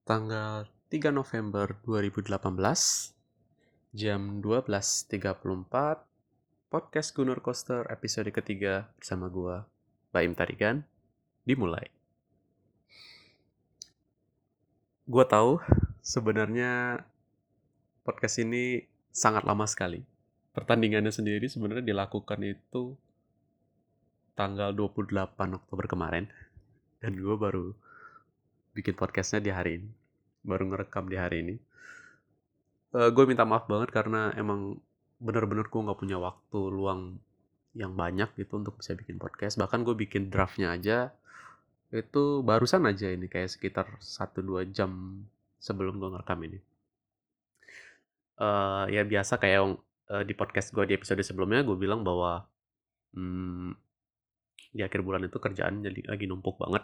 Tanggal 3 November 2018, jam 12.34, podcast Gunur Coaster episode ketiga bersama gua, Baim Tarigan, dimulai. Gua tahu sebenarnya podcast ini sangat lama sekali. Pertandingannya sendiri sebenarnya dilakukan itu tanggal 28 Oktober kemarin. Dan gue baru bikin podcastnya di hari ini. Baru ngerekam di hari ini. Gue minta maaf banget karena emang bener-bener gue gak punya waktu luang yang banyak gitu untuk bisa bikin podcast. Bahkan gue bikin draftnya aja itu barusan aja ini, kayak sekitar 1-2 jam sebelum gue ngerekam ini. Ya biasa kayak di podcast gue di episode sebelumnya gue bilang bahwa di akhir bulan itu kerjaan jadi lagi numpuk banget.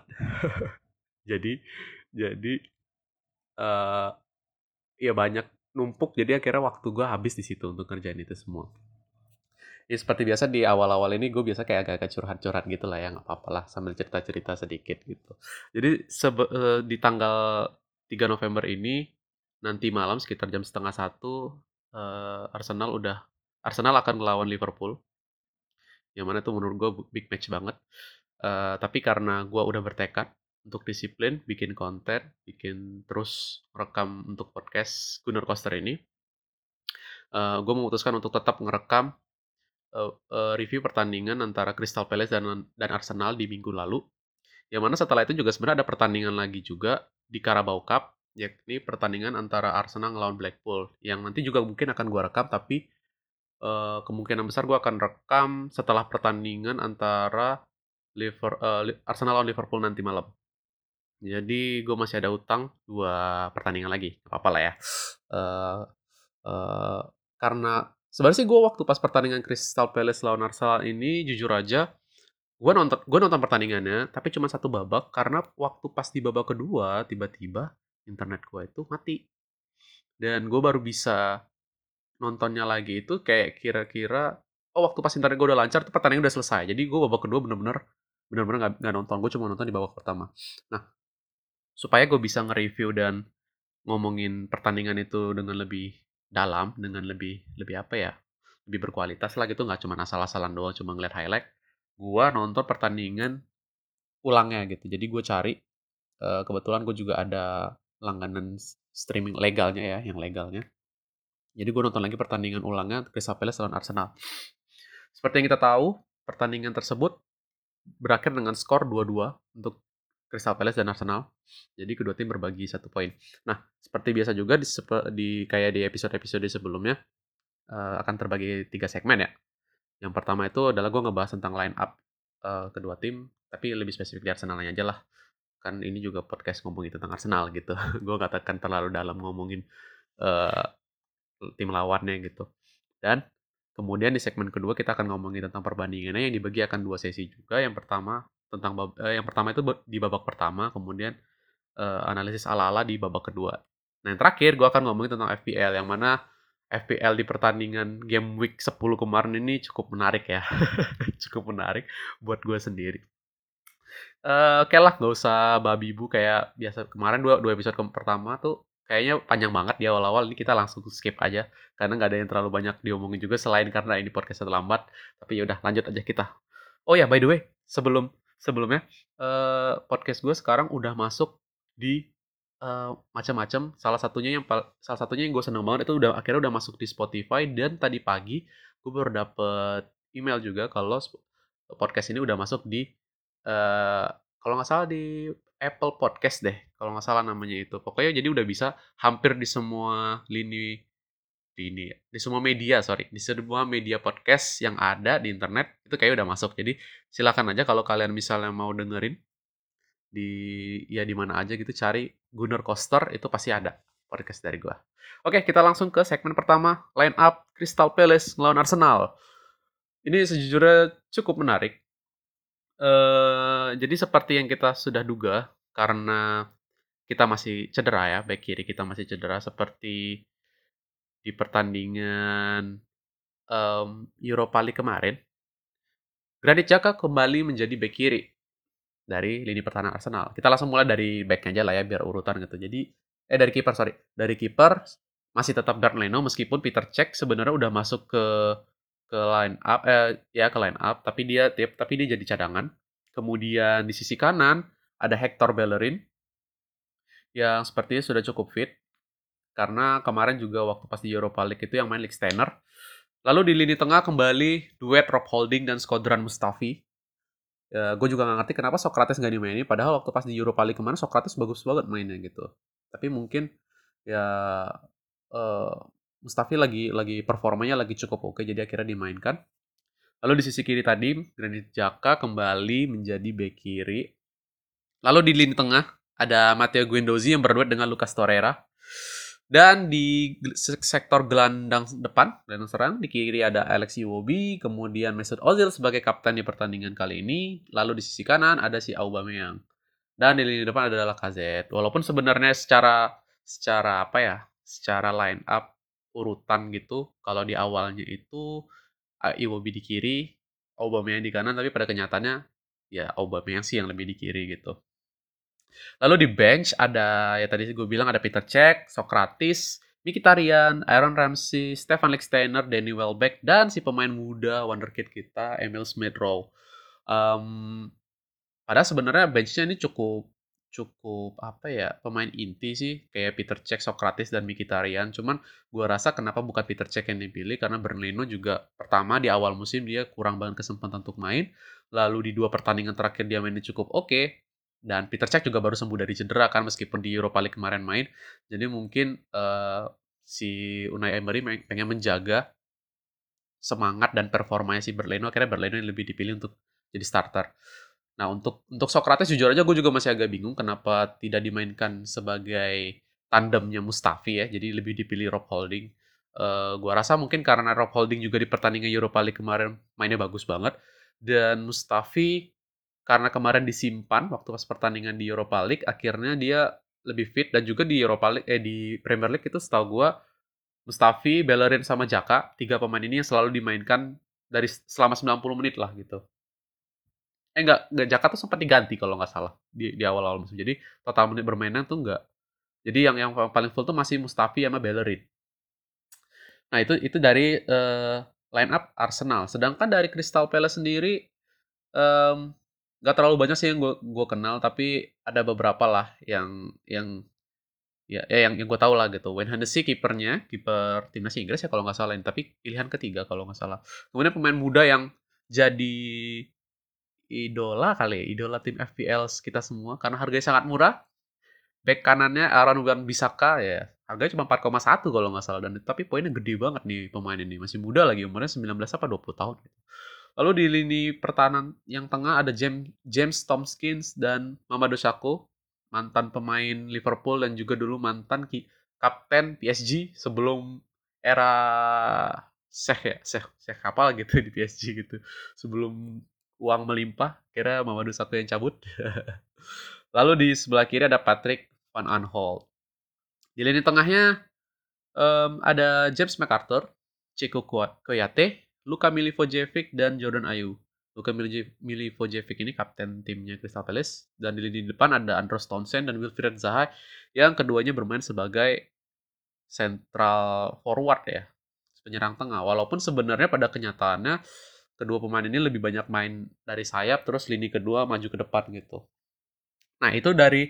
jadi uh, ya banyak numpuk, jadi akhirnya waktu gue habis di situ untuk ngerjain itu semua. Ya seperti biasa di awal-awal ini gue biasa kayak agak-agak curhat-curhat gitu lah ya, nggak apa-apa lah sambil cerita-cerita sedikit gitu. Jadi di tanggal 3 November ini nanti malam sekitar jam setengah 1, Arsenal akan melawan Liverpool, yang mana tuh menurut gue big match banget. Tapi karena gue udah bertekad untuk disiplin, bikin konten, bikin terus rekam untuk podcast Gunner Coaster ini, gue memutuskan untuk tetap ngerekam review pertandingan antara Crystal Palace dan Arsenal di minggu lalu. Yang mana setelah itu juga sebenarnya ada pertandingan lagi juga di Carabao Cup, yakni pertandingan antara Arsenal melawan Blackpool, yang nanti juga mungkin akan gue rekam, tapi kemungkinan besar gue akan rekam setelah pertandingan antara Arsenal lawan Liverpool nanti malam. Jadi gue masih ada utang 2 pertandingan lagi, apa-apa lah ya. Uh, uh, karena sebenarnya sih gue waktu pas pertandingan Crystal Palace lawan Arsenal ini jujur aja gue nonton pertandingannya, tapi cuma 1 babak karena waktu pas di babak kedua tiba-tiba internet gue itu mati. Dan gue baru bisa nontonnya lagi itu kayak kira-kira waktu pas internet gue udah lancar tuh pertandingan udah selesai. Jadi gue babak kedua bener-bener nggak nonton, gue cuma nonton di babak pertama. Nah, supaya gue bisa nge-review dan ngomongin pertandingan itu dengan lebih dalam, dengan lebih lebih apa ya, lebih berkualitas lah gitu, nggak cuma asal-asalan doang, cuma ngeliat highlight. Gua nonton pertandingan ulangnya gitu. Jadi gue cari, kebetulan gue juga ada langganan streaming legalnya ya, yang legalnya. Jadi gue nonton lagi pertandingan ulangnya Crystal Palace lawan Arsenal. Seperti yang kita tahu, pertandingan tersebut berakhir dengan skor 2-2 untuk Crystal Palace dan Arsenal. Jadi kedua tim berbagi 1 poin. Nah, seperti biasa juga kayak di episode-episode sebelumnya, akan terbagi 3 segmen ya. Yang pertama itu adalah gue ngebahas tentang line up kedua tim, tapi lebih spesifik di Arsenalnya aja lah. Kan ini juga podcast ngomongin tentang Arsenal gitu. Gue gak akan terlalu dalam ngomongin uh, tim lawannya gitu. Dan kemudian di segmen kedua kita akan ngomongin tentang perbandingannya yang dibagi akan 2 sesi juga. Yang pertama itu di babak pertama, kemudian analisis ala-ala di babak kedua. Nah, yang terakhir gue akan ngomongin tentang FPL, yang mana FPL di pertandingan game week 10 kemarin ini cukup menarik ya. Cukup menarik buat gue sendiri. Oke lah, gak usah babi bu kayak biasa kemarin. Dua episode pertama tuh kayaknya panjang banget di awal-awal. Ini kita langsung skip aja karena nggak ada yang terlalu banyak diomongin juga, selain karena ini podcastnya terlambat. Tapi yaudah, lanjut aja kita. Oh ya, by the way, sebelumnya podcast gue sekarang udah masuk di macam-macam. Salah satunya yang gue seneng banget itu akhirnya udah masuk di Spotify, dan tadi pagi gue baru dapet email juga kalau podcast ini udah masuk di kalau nggak salah di Apple Podcast deh, kalau nggak salah namanya itu. Pokoknya jadi udah bisa hampir di semua di semua media, di semua media podcast yang ada di internet itu kayak udah masuk. Jadi silakan aja kalau kalian misalnya mau dengerin di mana aja gitu, cari Gunner Coaster itu pasti ada podcast dari gua. Oke, kita langsung ke segmen pertama, line up Crystal Palace melawan Arsenal. Ini sejujurnya cukup menarik. Jadi seperti yang kita sudah duga, karena kita masih cedera ya, back kiri kita masih cedera seperti di pertandingan Europa League kemarin. Granit Xhaka kembali menjadi back kiri dari lini pertahanan Arsenal. Kita langsung mulai dari back-nya aja lah ya, biar urutan gitu. Jadi Dari kiper, sorry. Dari kiper masih tetap Bernd Leno meskipun Peter Cech sebenarnya udah masuk ke line up, ya ke line up, tapi dia jadi cadangan. Kemudian di sisi kanan ada Hector Bellerin yang sepertinya sudah cukup fit karena kemarin juga waktu pas di Europa League itu yang main Lichtsteiner. Lalu di lini tengah kembali duet Rob Holding dan Skodran Mustafi. Ya, gue juga nggak ngerti kenapa Socrates nggak dimainin. Padahal waktu pas di Europa League kemarin Socrates bagus banget mainnya gitu. Tapi mungkin ya eh, Mustafi lagi performanya lagi cukup oke, jadi akhirnya dimainkan. Lalu di sisi kiri tadi Granit Xhaka kembali menjadi bek kiri. Lalu di lini tengah ada Matteo Guendouzi yang berduet dengan Lucas Torreira. Dan di sektor gelandang serang, di kiri ada Alex Iwobi, kemudian Mesut Ozil sebagai kapten di pertandingan kali ini. Lalu di sisi kanan ada si Aubameyang. Dan di lini depan ada Lacazette. Walaupun sebenarnya secara apa ya? Secara line up urutan gitu, kalau di awalnya itu Iwobi di kiri, Aubameyang di kanan, tapi pada kenyataannya ya Aubameyang sih yang lebih di kiri gitu. Lalu di bench ada ya tadi gue bilang ada Peter Cech, Socrates, Mkhitaryan, Aaron Ramsey, Stefan Lichtsteiner, Danny Welbeck, dan si pemain muda wonderkid kita Emil Smith Rowe. Um, Padahal sebenarnya benchnya ini cukup cukup apa ya, pemain inti sih kayak Peter Cech, Socrates dan Mkhitaryan. Cuman gue rasa kenapa bukan Peter Cech yang dipilih karena Bernardo juga pertama di awal musim dia kurang banget kesempatan untuk main. Lalu di 2 pertandingan terakhir dia mainnya cukup oke. Dan Peter Cech juga baru sembuh dari cedera kan meskipun di Europa League kemarin main. Jadi mungkin si Unai Emery pengen menjaga semangat dan performanya si Berleno, akhirnya Berleno yang lebih dipilih untuk jadi starter. Nah, untuk Socrates jujur aja gue juga masih agak bingung kenapa tidak dimainkan sebagai tandemnya Mustafi ya, jadi lebih dipilih Rob Holding. Gua rasa mungkin karena Rob Holding juga di pertandingan Europa League kemarin mainnya bagus banget, dan Mustafi karena kemarin disimpan waktu pas pertandingan di Europa League, akhirnya dia lebih fit dan juga di Europa League di Premier League itu setahu gue Mustafi, Bellerin sama Jaka, 3 pemain ini yang selalu dimainkan dari selama 90 menit lah gitu. Enggak Jaka tuh sempat diganti kalau nggak salah di awal-awal musim. Jadi total menit bermainnya tuh enggak. Jadi yang paling full tuh masih Mustafi sama Bellerin. Nah, itu dari line up Arsenal. Sedangkan dari Crystal Palace sendiri nggak terlalu banyak sih yang gue kenal, tapi ada beberapa lah yang yang gue tahu lah gitu. Wayne Hennessy kipernya, kiper timnas Inggris ya kalau nggak salah, tapi pilihan ketiga kalau nggak salah. Kemudian pemain muda yang jadi idola kali ya, idola tim FPL kita semua karena harganya sangat murah. Back kanannya Aaron Wan-Bissaka ya. Harganya cuma 4,1 kalau nggak salah dan tapi poinnya gede banget nih pemain ini. Masih muda lagi, umurnya 19 apa 20 tahun gitu. Lalu di lini pertahanan yang tengah ada James Tomkins dan Mamadou Sakho, mantan pemain Liverpool dan juga dulu mantan kapten PSG sebelum era Sheikh ya, Sheikh kapal gitu di PSG gitu. Sebelum uang melimpah, kira Mamadou Sakho yang cabut. Lalu di sebelah kiri ada Patrick Van Aanholt. Di lini tengahnya ada James McArthur, Chico Koyate, Luka Milivojevic, dan Jordan Ayew. Luka Milivojevic ini kapten timnya Crystal Palace. Dan di lini depan ada Andros Townsend dan Wilfried Zaha yang keduanya bermain sebagai central forward ya, penyerang tengah. Walaupun sebenarnya pada kenyataannya kedua pemain ini lebih banyak main dari sayap, terus lini kedua maju ke depan gitu. Nah itu dari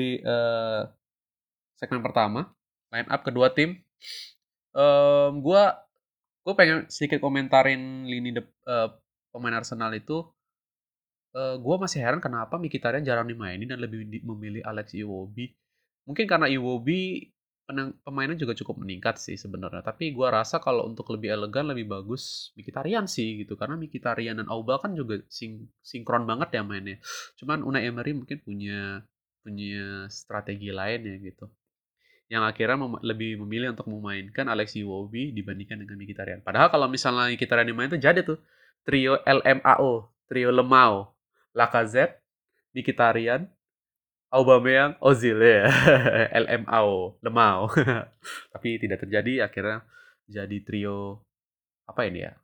segmen pertama, line up kedua tim. Gue gue pengen sedikit komentarin pemain Arsenal itu. Gue masih heran kenapa Mkhitaryan jarang dimainin dan lebih memilih Alex Iwobi. Mungkin karena Iwobi pemainnya juga cukup meningkat sih sebenarnya. Tapi gue rasa kalau untuk lebih elegan lebih bagus Mkhitaryan sih gitu. Karena Mkhitaryan dan Aubal kan juga sinkron banget ya mainnya. Cuman Unai Emery mungkin punya punya strategi lain ya gitu. Yang akhirnya lebih memilih untuk memainkan Alex Iwobi dibandingkan dengan Mkhitaryan. Padahal kalau misalnya Mkhitaryan dimain tuh jadi tuh trio LMAO, trio Lemao, Lacazette, Mkhitaryan, Aubameyang, Ozil ya. LMAO, Lemao. Tapi tidak terjadi, akhirnya jadi trio apa ini ya?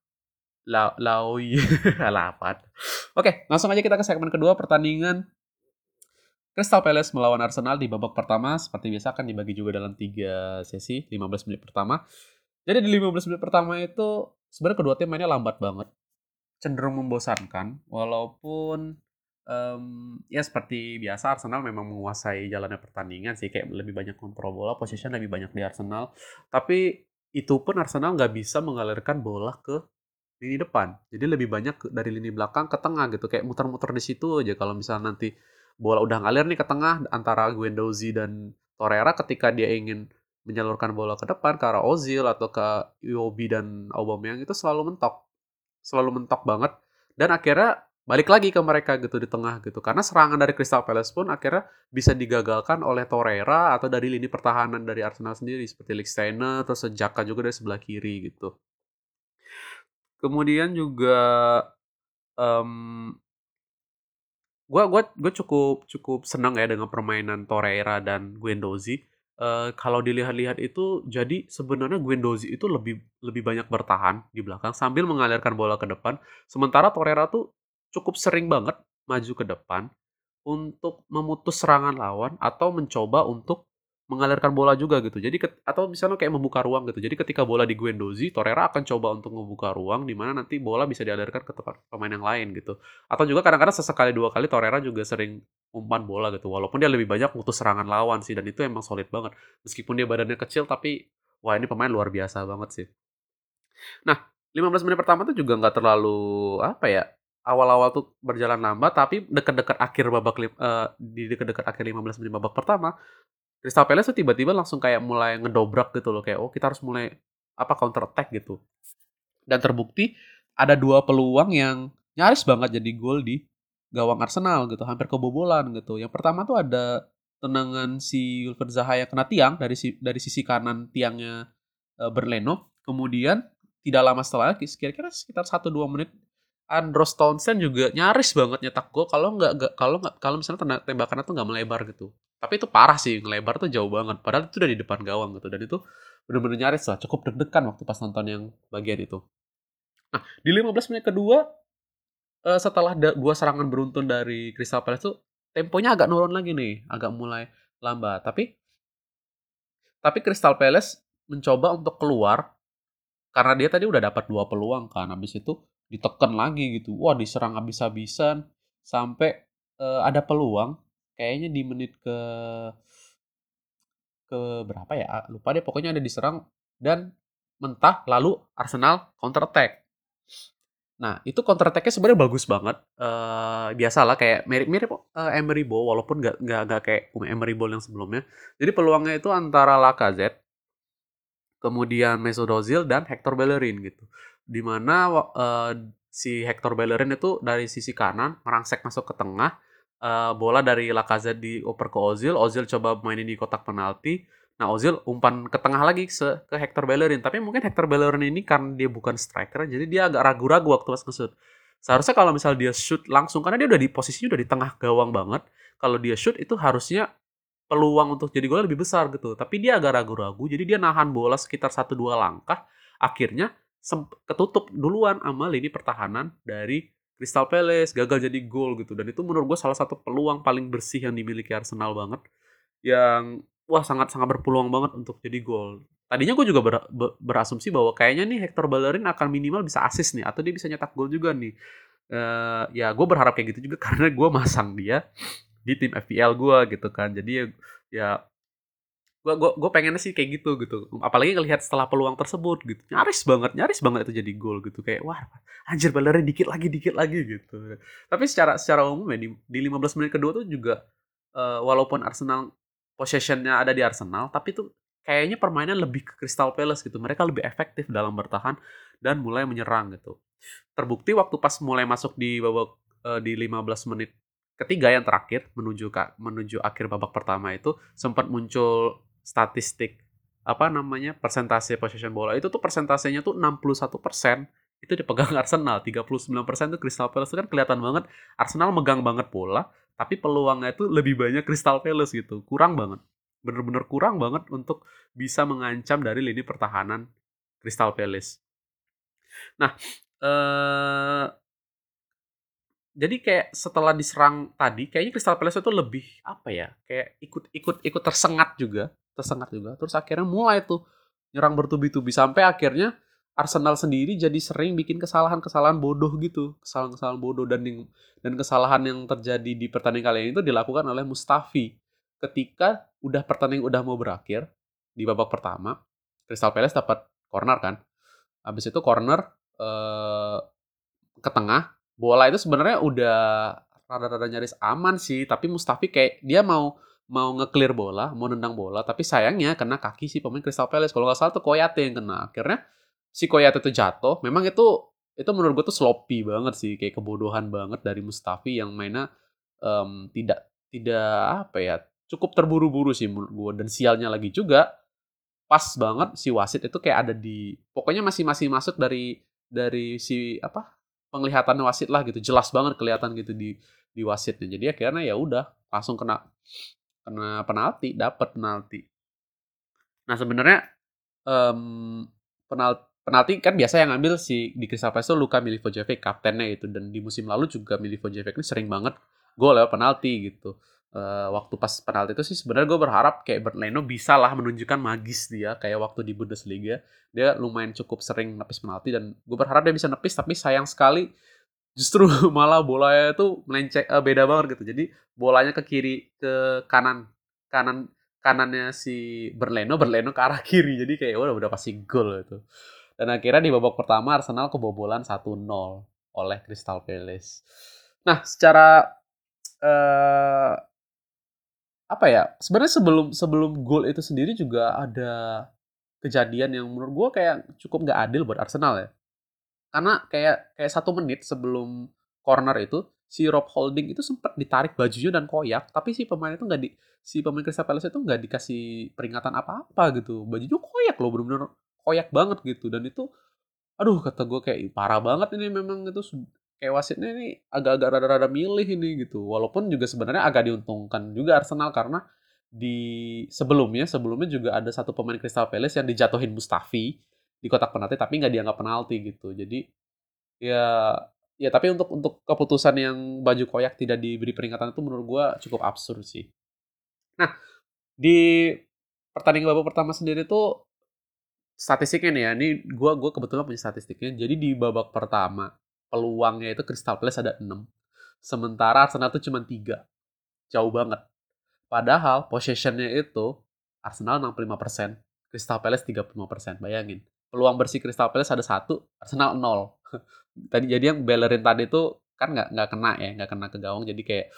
Laoi. Lapat. Oke, langsung aja kita ke segmen kedua pertandingan Crystal Palace melawan Arsenal di babak pertama seperti biasa akan dibagi juga dalam 3 sesi, 15 menit pertama. Jadi di 15 menit pertama itu sebenarnya kedua tim mainnya lambat banget, cenderung membosankan walaupun ya seperti biasa Arsenal memang menguasai jalannya pertandingan sih, kayak lebih banyak kontrol bola, possession lebih banyak di Arsenal. Tapi itu pun Arsenal nggak bisa mengalirkan bola ke lini depan. Jadi lebih banyak dari lini belakang ke tengah gitu, kayak muter-muter di situ aja. Kalau misalnya nanti bola udah ngalir nih ke tengah antara Guendouzi dan Torreira, ketika dia ingin menyalurkan bola ke depan ke arah Ozil atau ke Iwobi dan Aubameyang, itu selalu mentok banget, dan akhirnya balik lagi ke mereka gitu di tengah gitu. Karena serangan dari Crystal Palace pun akhirnya bisa digagalkan oleh Torreira atau dari lini pertahanan dari Arsenal sendiri seperti Lichtsteiner, terus Xhaka juga dari sebelah kiri gitu. Kemudian juga Mmm, gua cukup cukup senang ya dengan permainan Torreira dan Guendouzi. Kalau dilihat-lihat itu jadi sebenarnya Guendouzi itu lebih lebih banyak bertahan di belakang sambil mengalirkan bola ke depan, sementara Torreira tuh cukup sering banget maju ke depan untuk memutus serangan lawan atau mencoba untuk mengalirkan bola juga gitu. Jadi atau misalnya kayak membuka ruang gitu. Jadi ketika bola di Guendouzi, Torreira akan coba untuk membuka ruang di mana nanti bola bisa dialirkan ke tempat pemain yang lain gitu. Atau juga kadang-kadang sesekali dua kali Torreira juga sering umpan bola gitu. Walaupun dia lebih banyak mutus serangan lawan sih, dan itu emang solid banget. Meskipun dia badannya kecil tapi wah ini pemain luar biasa banget sih. Nah, 15 menit pertama tuh juga nggak terlalu, apa ya, awal-awal tuh berjalan lambat, tapi deket-deket akhir di deket-deket akhir 15 menit babak pertama, Crystal Palace tuh tiba-tiba langsung kayak mulai ngedobrak gitu loh, kayak, "Oh, kita harus mulai, counter attack," gitu. Dan terbukti ada 2 peluang yang nyaris banget jadi gol di gawang Arsenal gitu, hampir kebobolan gitu. Yang pertama tuh ada tendangan si Wilfried Zaha yang kena tiang dari sisi kanan tiangnya, Berleno. Kemudian tidak lama setelah kira-kira sekitar 1-2 menit, Andros Townsend juga nyaris banget nyetak gol kalau misalnya tembakannya tuh nggak melebar gitu. Tapi itu parah sih, ngelebar tuh jauh banget, padahal itu udah di depan gawang gitu, dan itu bener-bener nyaris lah, cukup deg-degan waktu pas nonton yang bagian itu. Nah, di 15 menit kedua, setelah 2 serangan beruntun dari Crystal Palace tuh, temponya agak nurun lagi nih, agak mulai lambat. Tapi Crystal Palace mencoba untuk keluar, karena dia tadi udah dapat 2 peluang kan, habis itu ditekan lagi gitu. Wah, diserang habis-habisan sampai, ada peluang kayaknya di menit ke berapa ya, lupa deh, pokoknya ada diserang dan mentah, lalu Arsenal counter attack. Nah, itu counter attack-nya sebenarnya bagus banget, biasalah kayak mirip-mirip, Emery Ball walaupun nggak kayak Emery Ball yang sebelumnya. Jadi peluangnya itu antara Lacazette, kemudian Mesut Ozil dan Hector Bellerin gitu. Di mana si Hector Bellerin itu dari sisi kanan merangsek masuk ke tengah, bola dari Lacazette dioper ke Ozil, Ozil coba mainin di kotak penalti. Nah, Ozil umpan ke tengah lagi ke Hector Bellerin, tapi mungkin Hector Bellerin ini karena dia bukan striker, jadi dia agak ragu-ragu waktu pas nge-shoot. Seharusnya kalau misal dia shoot langsung, karena dia udah di posisinya udah di tengah gawang banget, kalau dia shoot itu harusnya peluang untuk jadi gol lebih besar gitu, tapi dia agak ragu-ragu, jadi dia nahan bola sekitar 1-2 langkah, akhirnya ketutup duluan sama lini pertahanan dari Crystal Palace, gagal jadi gol gitu, dan itu menurut gue salah satu peluang paling bersih yang dimiliki Arsenal banget, yang wah sangat-sangat berpeluang banget untuk jadi gol. Tadinya gue juga berasumsi bahwa kayaknya nih Hector Bellerin akan minimal bisa assist nih, atau dia bisa nyetak gol juga nih. Ya gue berharap kayak gitu juga karena gue masang dia di tim FPL gue gitu kan. Jadi ya gue pengennya sih kayak gitu. Apalagi ngelihat setelah peluang tersebut gitu. Nyaris banget itu jadi gol gitu. Kayak wah anjir balernya dikit lagi gitu. Tapi secara umum ya di 15 menit kedua tuh juga walaupun Arsenal possessionnya ada di Arsenal, tapi tuh kayaknya permainan lebih ke Crystal Palace gitu. Mereka lebih efektif dalam bertahan dan mulai menyerang gitu. Terbukti waktu pas mulai masuk di babak di 15 menit ketiga yang terakhir menuju akhir babak pertama itu sempat muncul statistik apa namanya persentase possession bola itu tuh persentasenya tuh 61% itu dipegang Arsenal, 39% tuh Crystal Palace. Itu kan kelihatan banget Arsenal megang banget bola, tapi peluangnya itu lebih banyak Crystal Palace gitu. Kurang banget. Bener-bener kurang banget untuk bisa mengancam dari lini pertahanan Crystal Palace. Nah, jadi kayak setelah diserang tadi, kayaknya Crystal Palace itu lebih apa ya? Kayak ikut tersengat juga. Terus akhirnya mulai tuh nyerang bertubi-tubi sampai akhirnya Arsenal sendiri jadi sering bikin kesalahan-kesalahan bodoh gitu, kesalahan-kesalahan bodoh dan kesalahan yang terjadi di pertandingan kali ini itu dilakukan oleh Mustafi. Ketika pertandingan udah mau berakhir di babak pertama, Crystal Palace dapat corner kan. Habis itu corner eh, ke tengah, bola itu sebenarnya udah rada-rada nyaris aman sih, tapi Mustafi kayak dia mau mau nge-clear bola, mau nendang bola, tapi sayangnya kena kaki si pemain Crystal Palace. Kalau nggak salah tuh Koyate yang kena. Akhirnya si Koyate tuh jatuh. Memang itu menurut gue tuh sloppy banget sih, kayak kebodohan banget dari Mustafi yang mainnya tidak tidak apa ya, cukup terburu-buru sih menurut gue. Dan sialnya lagi juga pas banget si wasit itu kayak ada di pokoknya masih masih masuk dari si apa penglihatan wasit lah gitu, jelas banget kelihatan gitu di wasitnya, jadi akhirnya ya udah langsung kena kena penalti, dapat penalti. Nah sebenarnya penalti kan biasa yang ngambil si di Crystal Palace itu Luka Milivojevic kaptennya itu, dan di musim lalu juga Milivojevic ini sering banget gol lewat penalti gitu. Waktu pas penalti itu sih sebenarnya gue berharap kayak Bernd Leno bisa lah menunjukkan magis dia kayak waktu di Bundesliga, dia lumayan cukup sering nepis penalti dan gue berharap dia bisa nepis, tapi sayang sekali justru malah bolanya itu melenceng, beda banget gitu. Jadi bolanya ke kiri, ke kanan, kanan kanannya si Berleno ke arah kiri. Jadi kayak udah pasti gol itu. Dan akhirnya di babak pertama Arsenal kebobolan 1-0 oleh Crystal Palace. Nah, secara eh apa ya? Sebenarnya sebelum sebelum gol itu sendiri juga ada kejadian yang menurut gue kayak cukup nggak adil buat Arsenal ya. Karena kayak kayak 1 menit sebelum corner itu, si Rob Holding itu sempat ditarik bajunya dan koyak, tapi si pemain Crystal Palace itu nggak dikasih peringatan apa-apa gitu. Bajunya koyak loh, bener-bener koyak banget gitu. Dan itu, aduh kata gue kayak parah banget ini memang itu kayak wasitnya ini agak-agak rada-rada milih ini gitu. Walaupun juga sebenarnya agak diuntungkan juga Arsenal karena sebelumnya juga ada satu pemain Crystal Palace yang dijatuhin Mustafi di kotak penalti tapi nggak dianggap penalti gitu. Jadi ya, ya tapi untuk keputusan yang baju koyak tidak diberi peringatan itu menurut gua cukup absurd sih. Nah, di pertandingan babak pertama sendiri tuh statistiknya nih ya, ini gua kebetulan punya statistiknya. Jadi di babak pertama peluangnya itu Crystal Palace ada 6, sementara Arsenal tuh cuma 3, jauh banget. Padahal possession-nya itu Arsenal 65%, Crystal Palace 35%. Bayangin. Peluang bersih Crystal Palace ada 1, Arsenal 0. Tadi jadi yang Bellerin tadi itu kan nggak kena ya, nggak kena ke gawang, jadi kayak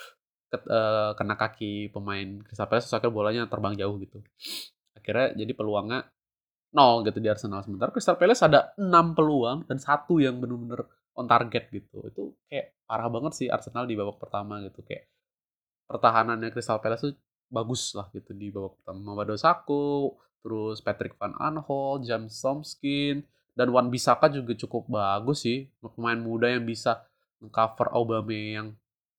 kena kaki pemain Crystal Palace terus akhirnya bolanya terbang jauh gitu. Akhirnya jadi peluangnya 0 gitu di Arsenal. Sementara Crystal Palace ada 6 peluang dan 1 yang benar-benar on target gitu. Itu kayak parah banget sih Arsenal di babak pertama gitu, kayak pertahanannya Crystal Palace tuh bagus lah gitu di babak pertama. Mamadou Sakho, terus Patrick Van Aanholt, James Tomkins, dan Wan Bissaka juga cukup bagus sih. Pemain muda yang bisa cover Aubameyang.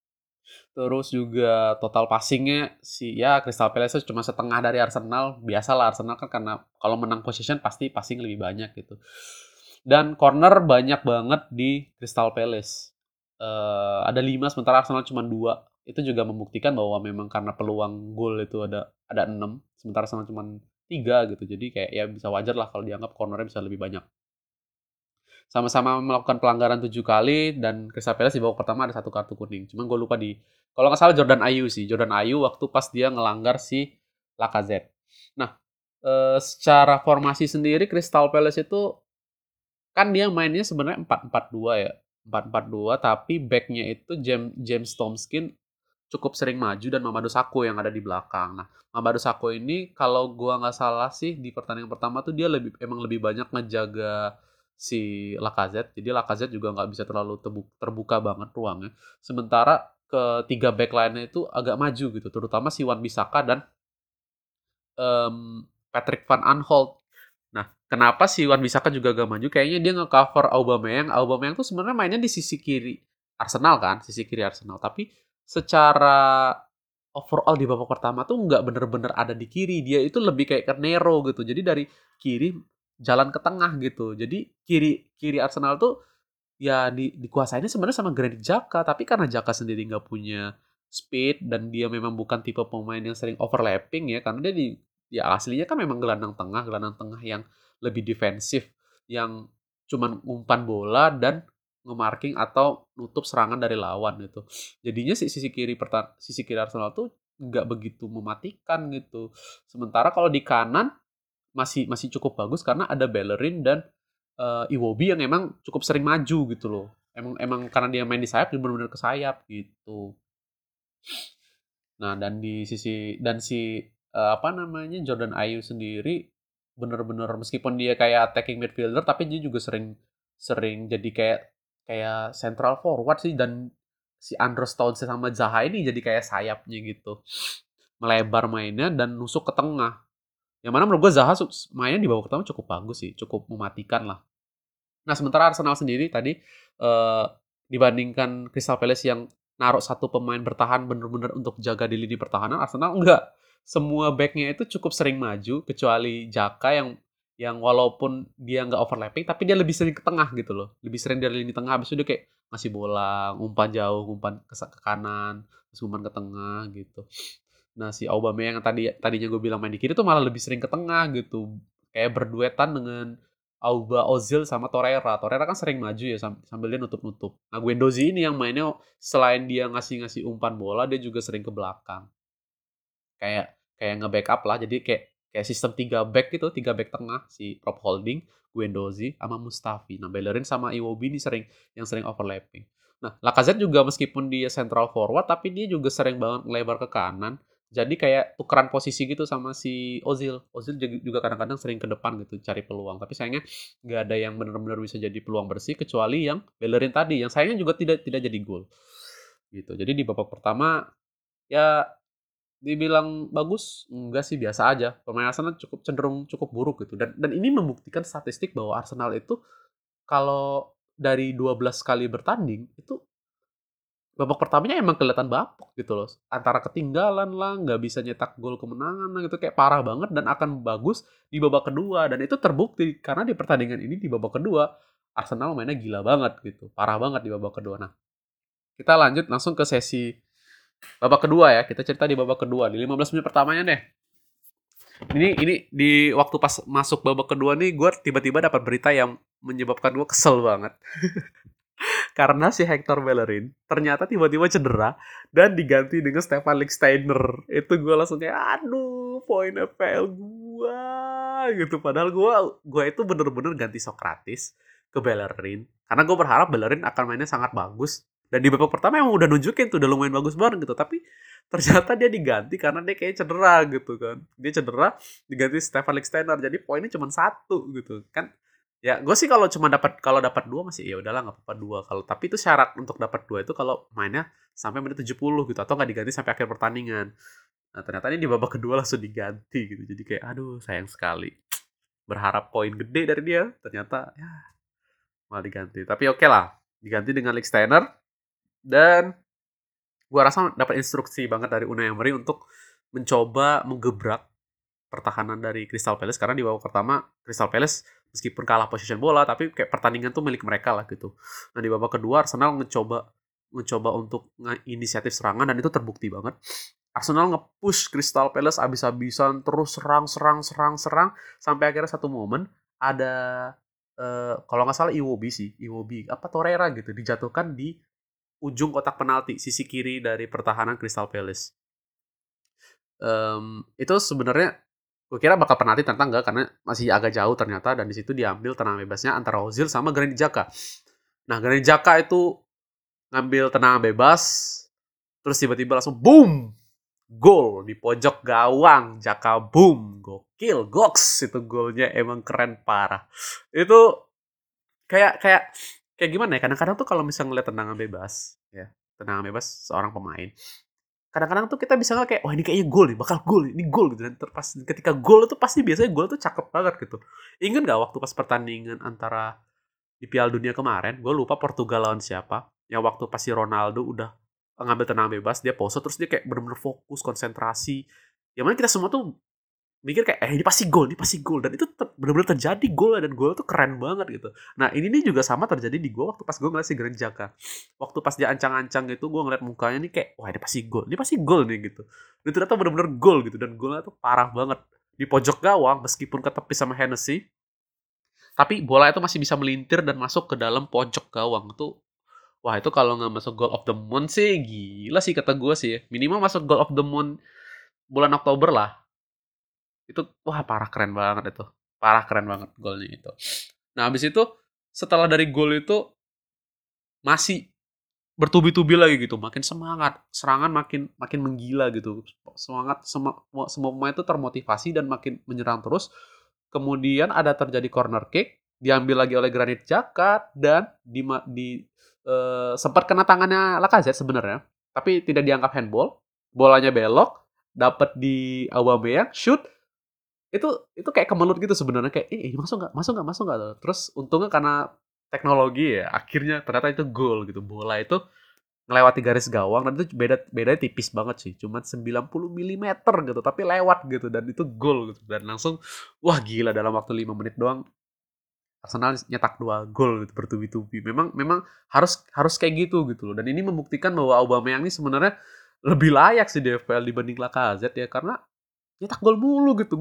Terus juga total passingnya si ya Crystal Palace cuma setengah dari Arsenal. Biasalah Arsenal kan karena kalau menang possession pasti passing lebih banyak gitu. Dan corner banyak banget di Crystal Palace. Ada 5 sementara Arsenal cuma 2. Itu juga membuktikan bahwa memang karena peluang gol itu ada 6 sementara Arsenal cuma 3 gitu. Jadi kayak ya bisa wajar lah kalau dianggap cornernya bisa lebih banyak. Sama-sama melakukan pelanggaran 7 kali dan Crystal Palace di babak pertama ada 1 kartu kuning. Cuman gue lupa kalau nggak salah Jordan Ayew sih. Jordan Ayew waktu pas dia ngelanggar si Lacazette. Nah, secara formasi sendiri Crystal Palace itu kan dia mainnya sebenarnya 4-4-2 ya. 4-4-2 tapi backnya itu James Tomkins cukup sering maju dan Mamadou Sakho yang ada di belakang. Nah, Mamadou Sakho ini kalau gua nggak salah sih di pertandingan pertama tuh dia emang lebih banyak ngejaga si Lacazette. Jadi Lacazette juga nggak bisa terlalu terbuka banget ruangnya. Sementara ketiga back lainnya itu agak maju gitu, terutama si Wan Bissaka dan Patrick Van Aanholt. Nah, kenapa si Wan Bissaka juga gak maju? Kayaknya dia nge-cover Aubameyang. Aubameyang tuh sebenarnya mainnya di sisi kiri Arsenal kan, sisi kiri Arsenal. Tapi secara overall di babak pertama tuh nggak bener-bener ada di kiri. Dia itu lebih kayak ke Nero gitu. Jadi dari kiri jalan ke tengah gitu. Jadi kiri kiri Arsenal tuh ya dikuasainnya sebenarnya sama Granit Xhaka, tapi karena Xhaka sendiri nggak punya speed dan dia memang bukan tipe pemain yang sering overlapping ya, karena dia aslinya kan memang gelandang tengah yang lebih defensif, yang cuman umpan bola dan nge-marking atau nutup serangan dari lawan gitu. Jadinya sisi kiri Arsenal tuh nggak begitu mematikan gitu. Sementara kalau di kanan masih masih cukup bagus karena ada Bellerin dan Iwobi yang emang cukup sering maju gitu loh. Emang emang karena dia main di sayap, dia benar-benar ke sayap gitu. Nah, apa namanya, Jordan Ayew sendiri bener-bener meskipun dia kayak attacking midfielder, tapi dia juga sering sering jadi kayak kayak central forward sih, dan si Andros Townsend sama Zaha ini jadi kayak sayapnya gitu. Melebar mainnya dan nusuk ke tengah. Yang mana menurut gue Zaha mainnya di babak pertama cukup bagus sih, cukup mematikan lah. Nah, sementara Arsenal sendiri tadi, dibandingkan Crystal Palace yang naruh satu pemain bertahan bener-bener untuk jaga di lini pertahanan, Arsenal enggak. Semua back-nya itu cukup sering maju, kecuali Xhaka yang walaupun dia nggak overlapping, tapi dia lebih sering ke tengah gitu loh. Lebih sering dari lini tengah, habis itu dia kayak ngasih bola, umpan jauh, umpan ke kanan, terus umpan ke tengah gitu. Nah, si Aubameyang yang tadinya gue bilang main di kiri tuh malah lebih sering ke tengah gitu. Kayak berduetan dengan Auba, Ozil sama Torreira. Torreira kan sering maju ya sambil dia nutup-nutup. Nah, Guendouzi ini yang mainnya selain dia ngasih-ngasih umpan bola, dia juga sering ke belakang. Kayak kayak nge-backup lah. Jadi kayak kayak sistem 3 back gitu, 3 back tengah si Rob Holding, Guendouzi sama Mustafi. Nah, Bellerin sama Iwobi ini sering overlapping. Nah, Lacazette juga meskipun dia central forward, tapi dia juga sering banget lebar ke kanan. Jadi kayak tukeran posisi gitu sama si Ozil. Ozil juga kadang-kadang sering ke depan gitu cari peluang. Tapi sayangnya nggak ada yang benar-benar bisa jadi peluang bersih kecuali yang Bellerin tadi. Yang sayangnya juga tidak tidak jadi gol. Gitu. Jadi di babak pertama ya dibilang bagus, enggak sih, biasa aja. Pemain Arsenal cenderung cukup buruk gitu. Dan ini membuktikan statistik bahwa Arsenal itu kalau dari 12 kali bertanding itu babak pertamanya emang kelihatan bapuk gitu loh. Antara ketinggalan lah, nggak bisa nyetak gol kemenangan lah gitu, kayak parah banget, dan akan bagus di babak kedua. Dan itu terbukti karena di pertandingan ini di babak kedua Arsenal mainnya gila banget gitu. Parah banget di babak kedua. Nah, kita lanjut langsung ke sesi babak kedua ya. Kita cerita di babak kedua di 15 menit pertamanya deh. Ini di waktu pas masuk babak kedua nih, gue tiba-tiba dapat berita yang menyebabkan gue kesel banget. Karena si Hector Bellerin ternyata tiba-tiba cedera dan diganti dengan Stefan Lichtsteiner. Itu gue langsung kayak, aduh, poin FPL gue gitu. Padahal gue itu bener-bener ganti Sokratis ke Bellerin. Karena gue berharap Bellerin akan mainnya sangat bagus. Dan di babak pertama emang udah nunjukin tuh, udah lumayan bagus banget gitu. Tapi ternyata dia diganti karena dia kayak cedera gitu kan. Dia cedera, diganti Stefan Lichtsteiner. Jadi poinnya cuma 1 gitu kan. Ya, gue sih kalau dapat 2 masih ya udahlah, nggak apa-apa 2. Kalau tapi itu syarat untuk dapat 2 itu kalau mainnya sampai menit 70 gitu, atau nggak diganti sampai akhir pertandingan. Nah, ternyata ini di babak kedua langsung diganti gitu. Jadi kayak aduh, sayang sekali. Berharap poin gede dari dia, ternyata ya malah diganti. Tapi oke lah, diganti dengan Lichtsteiner, dan gue rasa dapat instruksi banget dari Unai Emery untuk mencoba menggebrak pertahanan dari Crystal Palace, karena di babak pertama Crystal Palace meskipun kalah possession bola, tapi kayak pertandingan tuh milik mereka lah gitu. Nah, di babak kedua Arsenal mencoba untuk inisiatif serangan, dan itu terbukti banget. Arsenal nge-push Crystal Palace abis-abisan, terus serang sampai akhirnya satu momen ada kalau nggak salah Iwobi apa Torreira gitu dijatuhkan di ujung kotak penalti sisi kiri dari pertahanan Crystal Palace. Itu sebenarnya gue kira bakal penalti, ternyata enggak, karena masih agak jauh ternyata, dan di situ diambil tendangan bebasnya antara Ozil sama Granit Xhaka. Nah, Granit Xhaka itu ngambil tendangan bebas, terus tiba-tiba langsung boom, gol di pojok gawang. Xhaka boom, gokil, goks, itu golnya emang keren parah. Itu kayak kayak kayak gimana ya? Kadang-kadang tuh kalau misalnya ngeliat tendangan bebas, ya, tendangan bebas seorang pemain, kadang-kadang tuh kita bisa ngeliat kayak, wah ini kayaknya gol nih, bakal gol, ini gol gitu. Dan pas ketika gol itu pasti biasanya gol tuh cakep banget gitu. Ingat gak waktu pas pertandingan antara di Piala Dunia kemarin, gue lupa Portugal lawan siapa, yang waktu pas si Ronaldo udah ngambil tendangan bebas, dia pose, terus dia kayak bener-bener fokus, konsentrasi. Yang mana kita semua tuh mikir kayak ini pasti gol dan itu benar-benar terjadi gol dan gol tuh keren banget gitu. Nah ini nih juga sama terjadi di gue waktu pas gue ngeliat si Granit Xhaka. Waktu pas dia ancang-ancang gitu gue ngeliat mukanya nih kayak wah ini pasti gol nih gitu. Dan ternyata benar-benar gol gitu dan golnya tuh parah banget di pojok gawang meskipun ketepis sama Hennessy, tapi bola itu masih bisa melintir dan masuk ke dalam pojok gawang tuh. Wah itu kalau nggak masuk goal of the month sih gila sih kata gue sih ya. Minimal masuk goal of the month bulan Oktober lah. Itu wah parah keren banget itu. Parah keren banget golnya itu. Nah, habis itu setelah dari gol itu masih bertubi-tubi lagi gitu, makin semangat, serangan makin makin menggila gitu. Semangat semua pemain itu termotivasi dan makin menyerang terus. Kemudian ada terjadi corner kick, diambil lagi oleh Granit Xhaka dan sempat kena tangannya Lacazette sebenarnya, tapi tidak dianggap handball. Bolanya belok, dapat di Aubameyang, shoot, itu kayak kemelut gitu sebenarnya kayak masuk nggak terus untungnya karena teknologi ya akhirnya ternyata itu gol gitu bola itu ngelewati garis gawang dan itu bedanya tipis banget sih cuma 90 milimeter gitu tapi lewat gitu dan itu gol gitu dan langsung wah gila dalam waktu 5 menit doang Arsenal nyetak 2 gol gitu bertubi-tubi memang memang harus harus kayak gitu loh dan ini membuktikan bahwa Aubameyang ini sebenarnya lebih layak sih di FPL dibanding Lacazette ya karena nyetak gol mulu gitu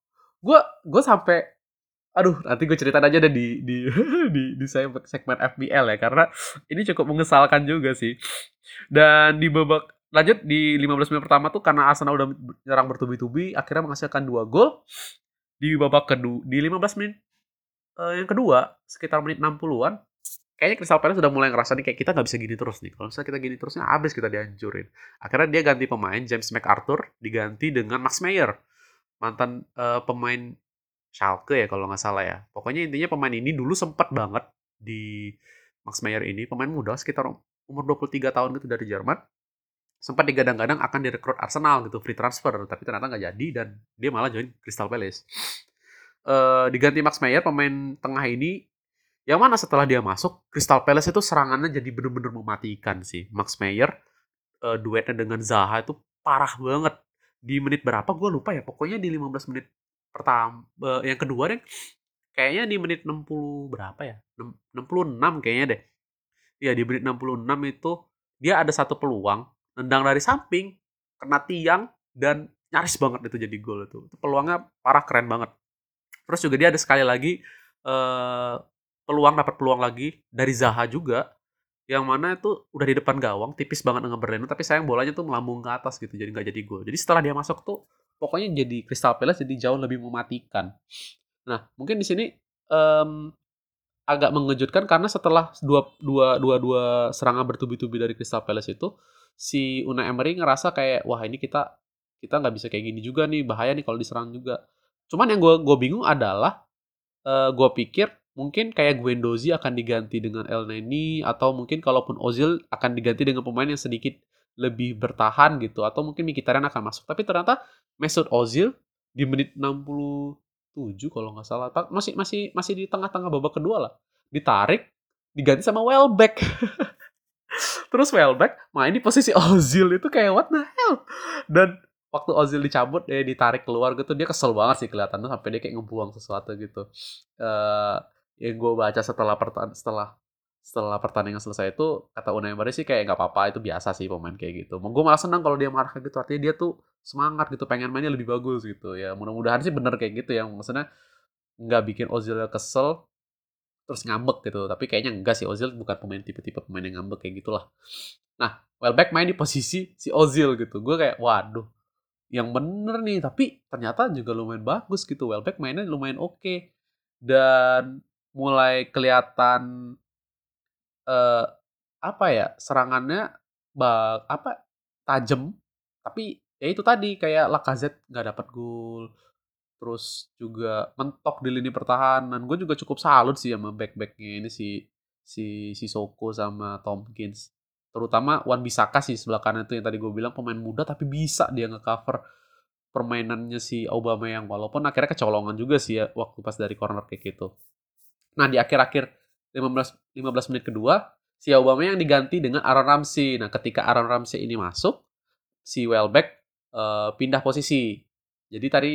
gue sampai aduh nanti gue ceritain aja deh di di segmen FBL ya karena ini cukup mengesalkan juga sih dan di babak lanjut di 15 menit pertama tuh karena Arsenal udah nyerang bertubi-tubi akhirnya menghasilkan 2 gol di babak kedua di 15 menit yang kedua sekitar menit 60-an kayaknya Crystal Palace sudah mulai ngerasa nih kayak kita nggak bisa gini terus nih kalau misalnya kita gini terusnya habis kita dihancurin akhirnya dia ganti pemain James McArthur diganti dengan Max Meyer mantan pemain Schalke ya kalau nggak salah ya. Pokoknya intinya pemain ini dulu sempat banget di Max Meyer ini, pemain muda sekitar umur 23 tahun gitu dari Jerman. Sempat digadang-gadang akan direkrut Arsenal gitu, free transfer, tapi ternyata nggak jadi dan dia malah join Crystal Palace. Diganti Max Meyer, pemain tengah ini, yang mana setelah dia masuk, Crystal Palace itu serangannya jadi bener-bener mematikan sih. Max Meyer, duetnya dengan Zaha itu parah banget. Di menit berapa gue lupa ya, pokoknya di 15 menit pertama, yang kedua deh, kayaknya di menit 60 berapa ya? 66 kayaknya deh. Iya di menit 66 itu dia ada satu peluang nendang dari samping, kena tiang dan nyaris banget itu jadi gol itu. Itu peluangnya parah keren banget. Terus juga dia ada sekali lagi eh dapat peluang lagi dari Zaha juga yang mana itu udah di depan gawang, tipis banget dengan Berlino tapi sayang bolanya tuh melambung ke atas gitu jadi nggak jadi gol. Jadi setelah dia masuk tuh pokoknya jadi Crystal Palace jadi jauh lebih mematikan. Nah, mungkin di sini em, agak mengejutkan karena setelah dua serangan bertubi-tubi dari Crystal Palace itu, si Unai Emery ngerasa kayak, wah ini kita kita nggak bisa kayak gini juga nih, bahaya nih kalau diserang juga. Cuman yang gue bingung adalah, gue pikir mungkin kayak Guendouzi akan diganti dengan Elneny atau mungkin kalaupun Ozil akan diganti dengan pemain yang sedikit lebih bertahan gitu atau mungkin Mkhitaryan akan masuk. Tapi ternyata Mesut Ozil di menit 67 kalau nggak salah, masih masih masih di tengah-tengah babak kedua lah, ditarik, diganti sama Welbeck. Terus Welbeck main di posisi Ozil itu kayak what the hell? Dan waktu Ozil dicabut ditarik keluar gitu dia kesel banget sih kelihatannya sampai dia kayak ngebuang sesuatu gitu. Eh yang gue baca setelah pertandingan selesai itu kata Unai Emery sih kayak nggak apa-apa itu biasa sih pemain kayak gitu. Gue malah senang kalau dia marah kayak gitu artinya dia tuh semangat gitu pengen mainnya lebih bagus gitu ya mudah-mudahan sih bener kayak gitu ya maksudnya nggak bikin Ozil kesel terus ngambek gitu. Tapi kayaknya enggak sih Ozil bukan pemain tipe-tipe pemain yang ngambek kayak gitulah. Nah, Welbeck main di posisi si Ozil gitu. Gue kayak waduh, yang bener nih. Tapi ternyata juga lumayan bagus gitu. Welbeck mainnya lumayan oke. Dan mulai kelihatan eh, apa ya serangannya apa tajam. Tapi ya itu tadi kayak Lacazette nggak dapat gol. Terus juga mentok di lini pertahanan. Gue juga cukup salut sih sama back-backnya ini si Sissoko sama Tompkins. Terutama Wan Bissaka sih sebelah kanan itu yang tadi gue bilang pemain muda tapi bisa dia nge-cover permainannya si Aubameyang walaupun akhirnya kecolongan juga sih ya waktu pas dari corner kick itu. Nah, di akhir-akhir 15 menit kedua si Aubameyang diganti dengan Aaron Ramsey. Nah, ketika Aaron Ramsey ini masuk, si Welbeck pindah posisi. Jadi tadi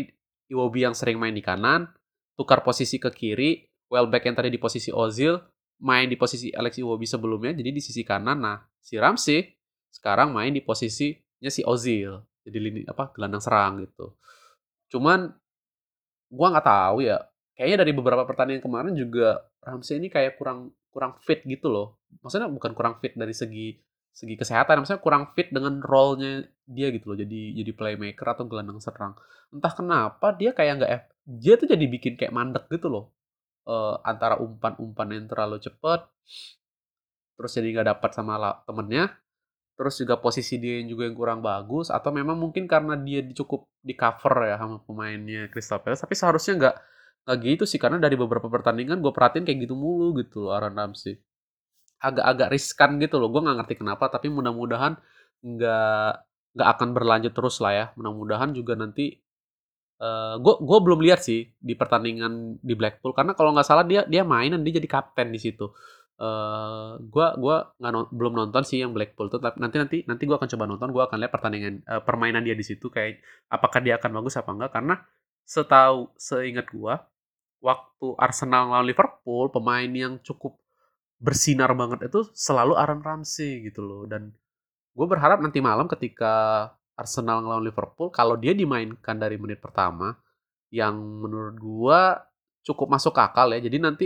Iwobi yang sering main di kanan, tukar posisi ke kiri, Welbeck yang tadi di posisi Ozil, main di posisi Alex Iwobi sebelumnya, jadi di sisi kanan. Nah, si Ramsey sekarang main di posisinya si Ozil, jadi lini apa gelandang serang gitu. Cuman gua nggak tahu ya. Kayaknya dari beberapa pertandingan kemarin juga Ramsey ini kayak kurang kurang fit gitu loh. Maksudnya bukan kurang fit dari segi segi kesehatan, maksudnya kurang fit dengan role-nya dia gitu loh. Jadi playmaker atau gelandang serang. Entah kenapa dia kayak nggak dia tuh jadi bikin kayak mandek gitu loh. Antara umpan-umpan yang terlalu cepet, terus jadi nggak dapat sama temennya, terus juga posisi dia yang juga yang kurang bagus, atau memang mungkin karena dia cukup di-cover ya sama pemainnya Crystal Palace, tapi seharusnya nggak gitu sih, karena dari beberapa pertandingan gue perhatiin kayak gitu mulu gitu loh Aaron Ramsey. Agak-agak riskan gitu loh, gue nggak ngerti kenapa, tapi mudah-mudahan nggak nggak akan berlanjut terus lah ya. Mudah-mudahan juga nanti gue belum lihat sih di pertandingan di Blackpool, karena kalau nggak salah dia dia main dan dia jadi kapten di situ. Gua nggak belum nonton sih yang Blackpool tuh, tapi nanti gue akan coba nonton, gue akan lihat pertandingan permainan dia di situ kayak apakah dia akan bagus apa enggak, karena seingat gue waktu Arsenal lawan Liverpool pemain yang cukup bersinar banget itu selalu Aaron Ramsey gitu loh. Dan gue berharap nanti malam ketika Arsenal ngelawan Liverpool, kalau dia dimainkan dari menit pertama, yang menurut gue cukup masuk akal ya. Jadi nanti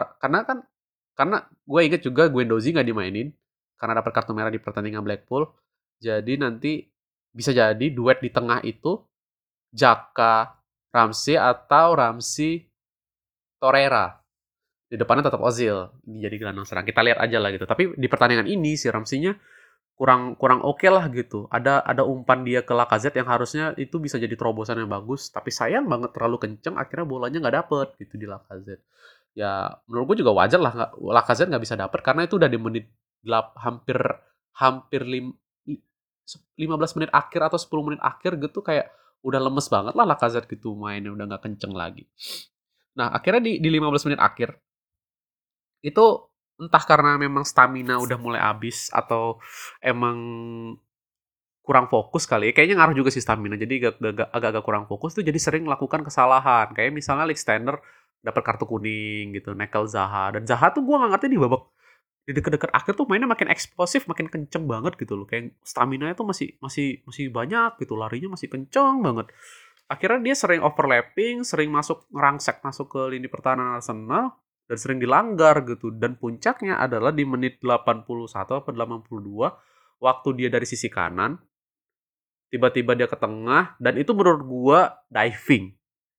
karena gue inget juga Guendouzi nggak dimainin karena dapat kartu merah di pertandingan Blackpool. Jadi nanti bisa jadi duet di tengah itu Jaka Ramsey atau Ramsey Torreira. Di depannya tetap Ozil jadi gelandang serang. Kita lihat aja lah gitu. Tapi di pertandingan ini si Ramsey-nya kurang kurang oke lah gitu. Ada umpan dia ke Lacazette yang harusnya itu bisa jadi terobosan yang bagus, tapi sayang banget terlalu kenceng akhirnya bolanya nggak dapet gitu di Lacazette. Ya menurut gue juga wajar lah Lacazette nggak bisa dapet karena itu udah di menit hampir hampir 15 menit akhir atau 10 menit akhir gitu, kayak udah lemes banget lah Lacazette gitu mainnya udah nggak kenceng lagi. Nah akhirnya di 15 menit akhir itu entah karena memang stamina udah mulai habis atau emang kurang fokus kali ya. Kayaknya ngaruh juga sih stamina. Jadi agak-agak kurang fokus tuh jadi sering melakukan kesalahan. Kayak misalnya Alexander dapat kartu kuning gitu, nekel Zaha. Dan Zaha tuh gue nggak ngerti di deket-deket akhir tuh mainnya makin eksplosif, makin kenceng banget gitu loh. Kayak stamina tuh masih masih masih banyak gitu, larinya masih kenceng banget. Akhirnya dia sering overlapping, sering ngerangsek masuk ke lini pertahanan Arsenal dan sering dilanggar gitu. Dan puncaknya adalah di menit 81 atau 82 waktu dia dari sisi kanan tiba-tiba dia ke tengah dan itu menurut gua diving.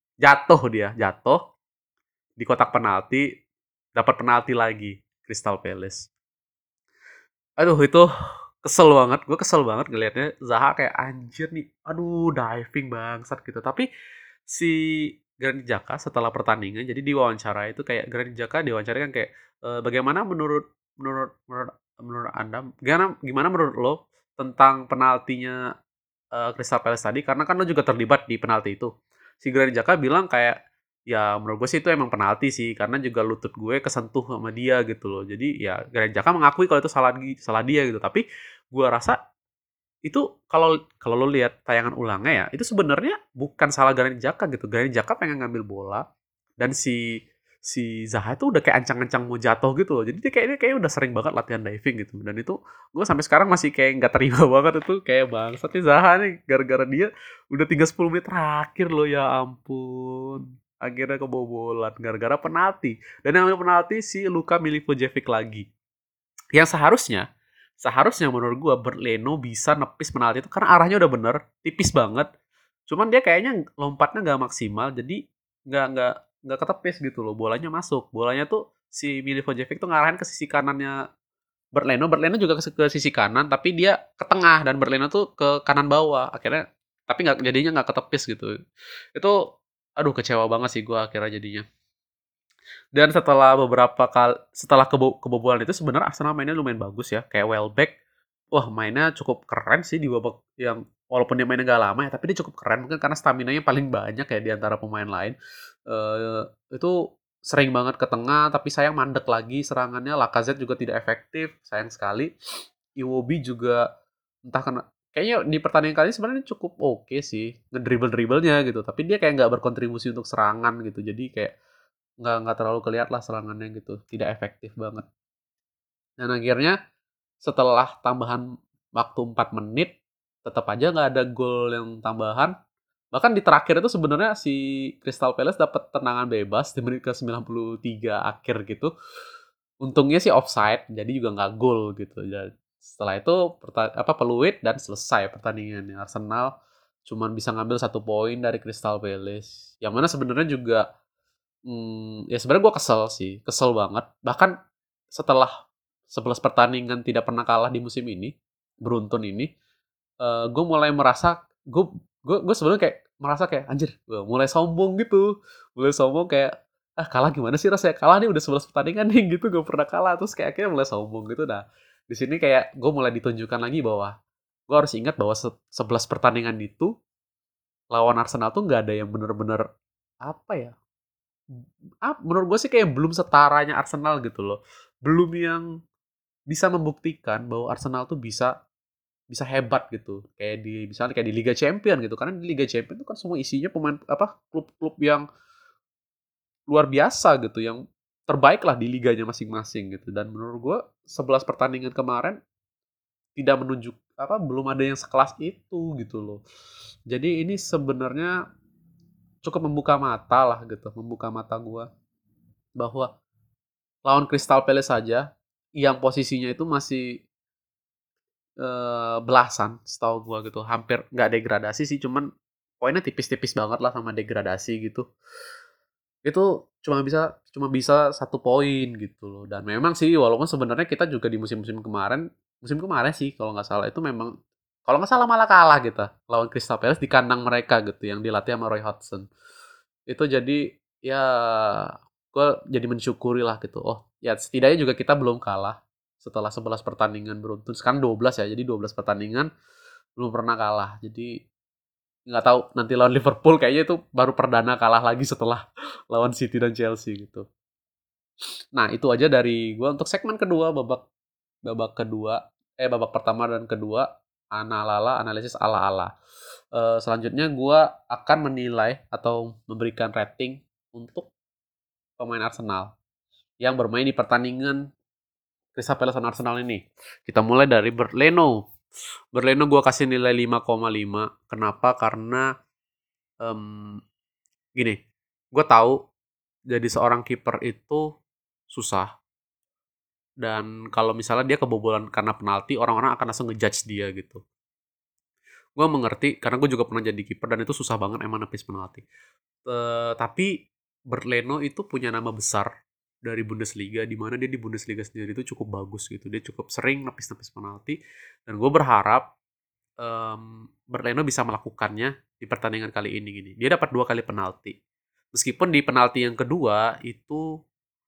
Jatuh di kotak penalti, dapat penalti lagi Crystal Palace. Aduh itu kesel banget ngelihatnya Zaha kayak anjir nih, aduh diving bangsat gitu. Tapi si Granit Xhaka setelah pertandingan jadi diwawancara itu kayak Granit Xhaka diwawancara kan kayak bagaimana menurut menurut menurut Anda gimana gimana menurut lo tentang penaltinya Crystal Palace tadi karena kan lo juga terlibat di penalti itu. Si Granit Xhaka bilang kayak ya menurut gue sih itu emang penalti sih karena juga lutut gue kesentuh sama dia gitu loh. Jadi ya Granit Xhaka mengakui kalau itu salah dia gitu. Tapi gue rasa itu kalau kalau lo lihat tayangan ulangnya ya itu sebenarnya bukan salah Granit Xhaka gitu. Granit Xhaka pengen ngambil bola dan si si Zaha itu udah kayak ancang-ancang mau jatuh gitu loh. Jadi dia kayak udah sering banget latihan diving gitu. Dan itu gue sampai sekarang masih kayak nggak terima banget itu kayak bangsat nih Zaha nih gara-gara dia udah tinggal 10 menit terakhir loh ya ampun. Akhirnya kebobolan gara-gara penalti. Dan yang ambil penalti si Luka Milivojevic lagi. Yang seharusnya menurut gua Bernd Leno bisa nepis penalti itu karena arahnya udah bener, tipis banget. Cuman dia kayaknya lompatnya nggak maksimal, jadi nggak nggak ketepis gitu loh. Bolanya masuk. Bolanya tuh si Milivojevic tuh ngarahin ke sisi kanannya Bernd Leno. Bernd Leno juga ke sisi kanan, tapi dia ke tengah dan Bernd Leno tuh ke kanan bawah. Akhirnya tapi nggak jadinya nggak ketepis gitu. Itu aduh kecewa banget sih gua akhirnya jadinya. Dan setelah kebobolan itu sebenarnya Arsenal mainnya lumayan bagus ya. Kayak Welbeck, wah mainnya cukup keren sih di babak yang walaupun dia mainnya gak lama ya, tapi dia cukup keren mungkin karena stamina-nya paling banyak ya di antara pemain lain. Itu sering banget ke tengah, tapi sayang mandek lagi serangannya. Lacazette juga tidak efektif, sayang sekali. Iwobi juga entah kayaknya di pertandingan kali ini sebenarnya cukup oke sih, ngedribble-dribblenya gitu, tapi dia kayak nggak berkontribusi untuk serangan gitu. Jadi kayak nggak terlalu kelihatan lah serangannya gitu, tidak efektif banget. Dan akhirnya setelah tambahan waktu 4 menit, tetap aja nggak ada gol yang tambahan. Bahkan di terakhir itu sebenarnya si Crystal Palace dapat tendangan bebas di menit ke 93 akhir gitu. Untungnya sih offside, jadi juga nggak gol gitu. Dan setelah itu peluit dan selesai pertandingannya. Arsenal cuman bisa ngambil 1 poin dari Crystal Palace. Yang mana sebenarnya juga ya sebenarnya gue kesel sih, kesel banget. Bahkan setelah 11 pertandingan tidak pernah kalah di musim ini, beruntun ini, gue mulai merasa gue sebenarnya kayak merasa kayak anjir, mulai sombong gitu, mulai sombong kayak ah kalah gimana sih rasanya kalah nih udah 11 pertandingan nih gitu gak pernah kalah terus kayak akhirnya mulai sombong gitu. Nah di sini kayak gue mulai ditunjukkan lagi bahwa gue harus ingat bahwa 11 pertandingan itu lawan Arsenal tuh nggak ada yang bener-bener apa ya, menurut gue sih kayak belum setaranya Arsenal gitu loh. Belum yang bisa membuktikan bahwa Arsenal tuh bisa bisa hebat gitu. Kayak di misalnya kayak di Liga Champion gitu. Karena di Liga Champion itu kan semua isinya pemain apa klub-klub yang luar biasa gitu, yang terbaik lah di liganya masing-masing gitu. Dan menurut gue 11 pertandingan kemarin tidak menunjuk apa belum ada yang sekelas itu gitu loh. Jadi ini sebenarnya cukup membuka mata lah gitu, membuka mata gue bahwa lawan Crystal Palace saja yang posisinya itu masih belasan setahu gua gitu, hampir nggak degradasi sih, cuman poinnya tipis-tipis banget lah sama degradasi gitu. Itu cuma bisa 1 poin gitu loh. Dan memang sih walaupun sebenarnya kita juga di musim kemarin sih kalau nggak salah itu memang kalau nggak salah malah kalah kita lawan Crystal Palace di kandang mereka gitu yang dilatih sama Roy Hodgson. Itu jadi ya gue jadi mensyukuri lah gitu. Oh ya setidaknya juga kita belum kalah setelah 11 pertandingan beruntun. Sekarang 12 ya, jadi 12 pertandingan belum pernah kalah. Jadi nggak tahu nanti lawan Liverpool kayaknya itu baru perdana kalah lagi setelah lawan City dan Chelsea gitu. Nah itu aja dari gue untuk segmen kedua babak babak kedua babak pertama dan kedua analisis ala-ala. Selanjutnya gue akan menilai atau memberikan rating untuk pemain Arsenal yang bermain di pertandingan Crystal Palace dan Arsenal ini. Kita mulai dari Berleno. Berleno gue kasih nilai 5,5. Kenapa? Karena um, gini, gue tahu jadi seorang kiper itu susah. Dan kalau misalnya dia kebobolan karena penalti, orang-orang akan langsung ngejudge dia gitu. Gue mengerti, karena gue juga pernah jadi kiper dan itu susah banget emang nepis penalti. Tapi Berleno itu punya nama besar dari Bundesliga, di mana dia di Bundesliga sendiri itu cukup bagus gitu. Dia cukup sering nepis-nepis penalti. Dan gue berharap Berleno bisa melakukannya di pertandingan kali ini gini. Dia dapat 2 kali penalti. Meskipun di penalti yang kedua itu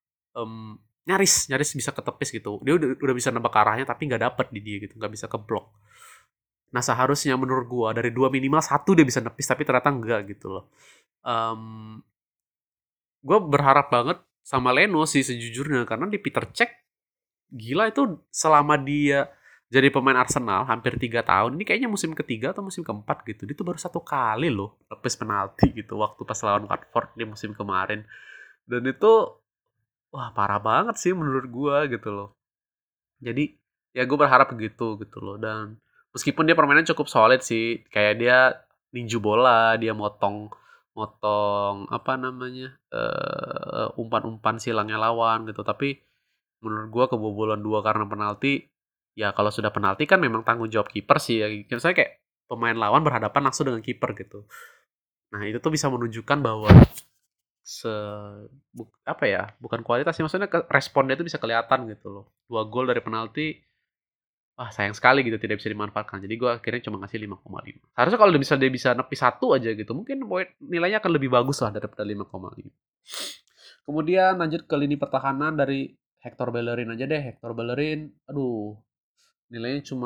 nyaris nyaris bisa ketepis gitu. Dia udah bisa nebak arahnya tapi nggak dapet di dia gitu, nggak bisa keblok. Nah seharusnya menurut gua dari 2 minimal 1 dia bisa nepis tapi ternyata enggak gitu loh. Um, gue berharap banget sama Leno sih sejujurnya karena di Peter Cech gila itu selama dia jadi pemain Arsenal hampir 3 tahun ini kayaknya musim ketiga atau musim keempat gitu dia tuh baru 1 kali loh lepis penalti gitu waktu pas lawan Watford di musim kemarin dan itu wah parah banget sih menurut gua gitu loh. Jadi ya gue berharap begitu gitu loh dan meskipun dia permainan cukup solid sih kayak dia ninju bola dia motong motong apa namanya umpan-umpan silangnya lawan gitu tapi menurut gua kebobolan 2 karena penalti ya kalau sudah penalti kan memang tanggung jawab kiper sih ya saya kayak pemain lawan berhadapan langsung dengan kiper gitu nah itu tuh bisa menunjukkan bahwa se apa ya bukan kualitas sih maksudnya responnya itu bisa kelihatan gitu loh 2 gol dari penalti wah sayang sekali gitu tidak bisa dimanfaatkan jadi gue akhirnya cuma ngasih 5,5 harusnya kalau dia bisa nepi 1 aja gitu mungkin nilainya akan lebih bagus lah daripada 5,5 kemudian lanjut ke lini pertahanan dari Hector Bellerin aja deh Hector Bellerin aduh nilainya cuma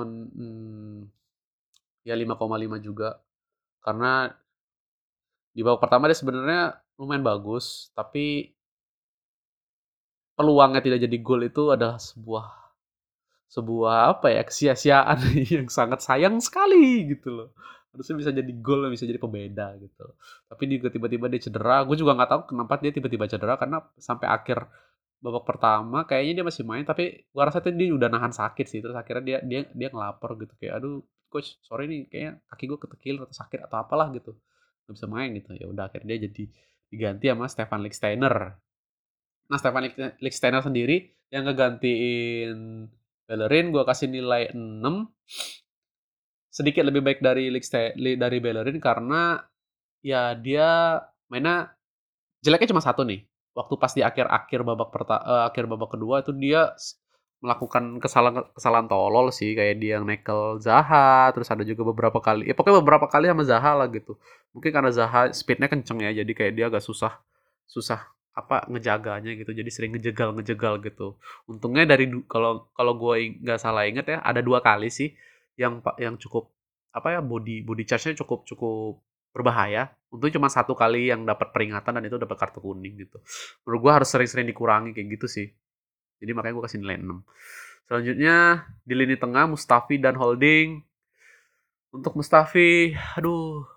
ya 5,5 juga karena di babak pertama dia sebenarnya lumayan bagus tapi peluangnya tidak jadi gol itu adalah sebuah sebuah apa ya, kesia-siaan yang sangat sayang sekali gitu loh. Harusnya bisa jadi gol, bisa jadi pembeda gitu. Tapi dia tiba-tiba dia cedera, gue juga nggak tahu kenapa dia tiba-tiba cedera karena sampai akhir babak pertama kayaknya dia masih main tapi gua rasa tuh dia udah nahan sakit sih terus akhirnya dia ngelapor gitu kayak aduh coach sorry nih kayaknya kaki gue ketekil atau sakit atau apalah gitu nggak bisa main gitu ya udah akhirnya dia jadi diganti sama Stefan Lichtsteiner. Nah Stefan Lichtsteiner sendiri yang ngegantiin Bellerin gua kasih nilai 6, sedikit lebih baik dari dari Bellerin karena ya dia mainnya jeleknya cuma satu nih. Waktu pas di akhir-akhir akhir babak kedua itu dia melakukan kesalahan kesalahan tolol sih kayak dia yang nekel Zaha, terus ada juga beberapa kali ya pokoknya beberapa kali sama Zaha lah gitu. Mungkin karena Zaha speednya kenceng ya, jadi kayak dia agak susah susah apa ngejaganya gitu. Jadi sering ngejegal-ngejegal gitu. Untungnya dari kalau kalau gue nggak salah inget ya, ada dua kali sih yang cukup apa ya body body charge-nya cukup cukup berbahaya. Untungnya cuma satu kali yang dapat peringatan dan itu dapat kartu kuning gitu. Menurut gue harus sering-sering dikurangi kayak gitu sih. Jadi makanya gue kasih nilai 6. Selanjutnya di lini tengah Mustafi dan Holding. Untuk Mustafi, aduh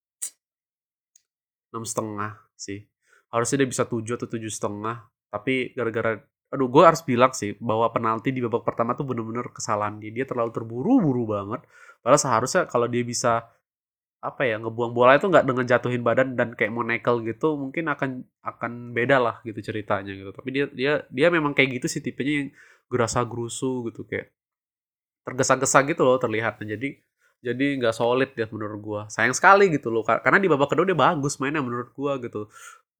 6,5 sih. Harusnya dia bisa 7 atau 7,5. Tapi gara-gara aduh gue harus bilang sih bahwa penalti di babak pertama tuh bener-bener kesalahan dia. Dia terlalu terburu-buru banget. Padahal seharusnya kalau dia bisa apa ya ngebuang bola itu nggak dengan jatuhin badan dan kayak mau nekel gitu mungkin akan beda lah gitu ceritanya gitu tapi dia dia dia memang kayak gitu sih tipenya yang gerasa gerusu gitu kayak tergesa-gesa gitu loh terlihatnya jadi nggak solid ya menurut gua sayang sekali gitu loh karena di babak kedua dia bagus mainnya menurut gua gitu.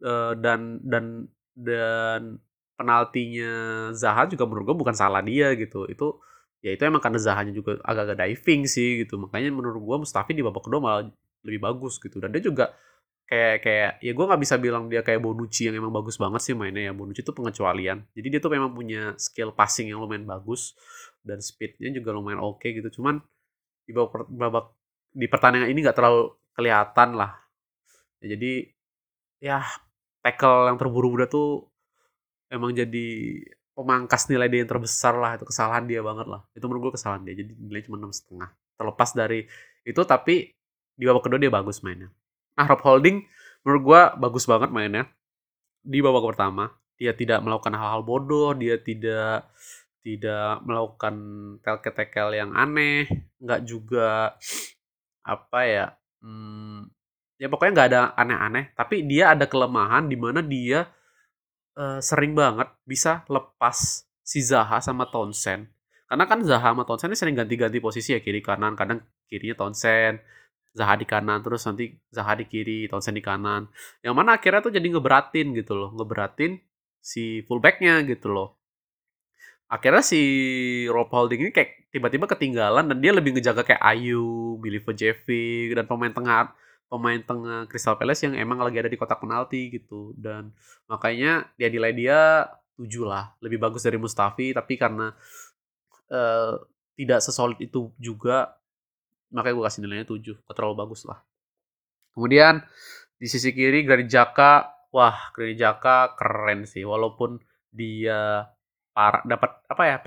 Dan penaltinya Zaha juga menurut gua bukan salah dia gitu itu emang karena Zahanya juga agak-agak diving sih gitu makanya menurut gua Mustafi di babak kedua malah lebih bagus gitu dan dia juga kayak kayak ya gue nggak bisa bilang dia kayak Bonucci yang emang bagus banget sih mainnya ya Bonucci itu pengecualian jadi dia tuh memang punya skill passing yang lumayan bagus dan speednya juga lumayan oke gitu cuman di babak di pertandingan ini nggak terlalu kelihatan lah ya, jadi ya tackle yang terburu-buru tuh emang jadi pemangkas nilai dia yang terbesar lah itu kesalahan dia banget lah itu menurut gue kesalahan dia jadi nilai cuma 6,5 terlepas dari itu tapi di babak kedua dia bagus mainnya. Nah Rob Holding menurut gue bagus banget mainnya di babak pertama dia tidak melakukan hal-hal bodoh dia tidak tidak melakukan tackle yang aneh nggak juga apa ya ya pokoknya nggak ada aneh-aneh tapi dia ada kelemahan di mana dia sering banget bisa lepas si Zaha sama Townsend. Karena kan Zaha sama Townsend ini sering ganti-ganti posisi ya kiri kanan. Kadang kirinya Townsend, Zaha di kanan, terus nanti Zaha di kiri, Townsend di kanan. Yang mana akhirnya tuh jadi ngeberatin gitu loh, ngeberatin si fullbacknya gitu loh. Akhirnya si Rob Holding ini kayak tiba-tiba ketinggalan dan dia lebih ngejaga kayak Ayu, Billy Jovic dan pemain tengah Crystal Palace yang emang lagi ada di kotak penalti gitu dan makanya dia nilai dia 7 lah lebih bagus dari Mustafi tapi karena eh, tidak sesolid itu juga makanya gue kasih nilainya 7 gak terlalu bagus lah kemudian di sisi kiri Granit Xhaka wah Granit Xhaka keren sih walaupun dia dapat apa ya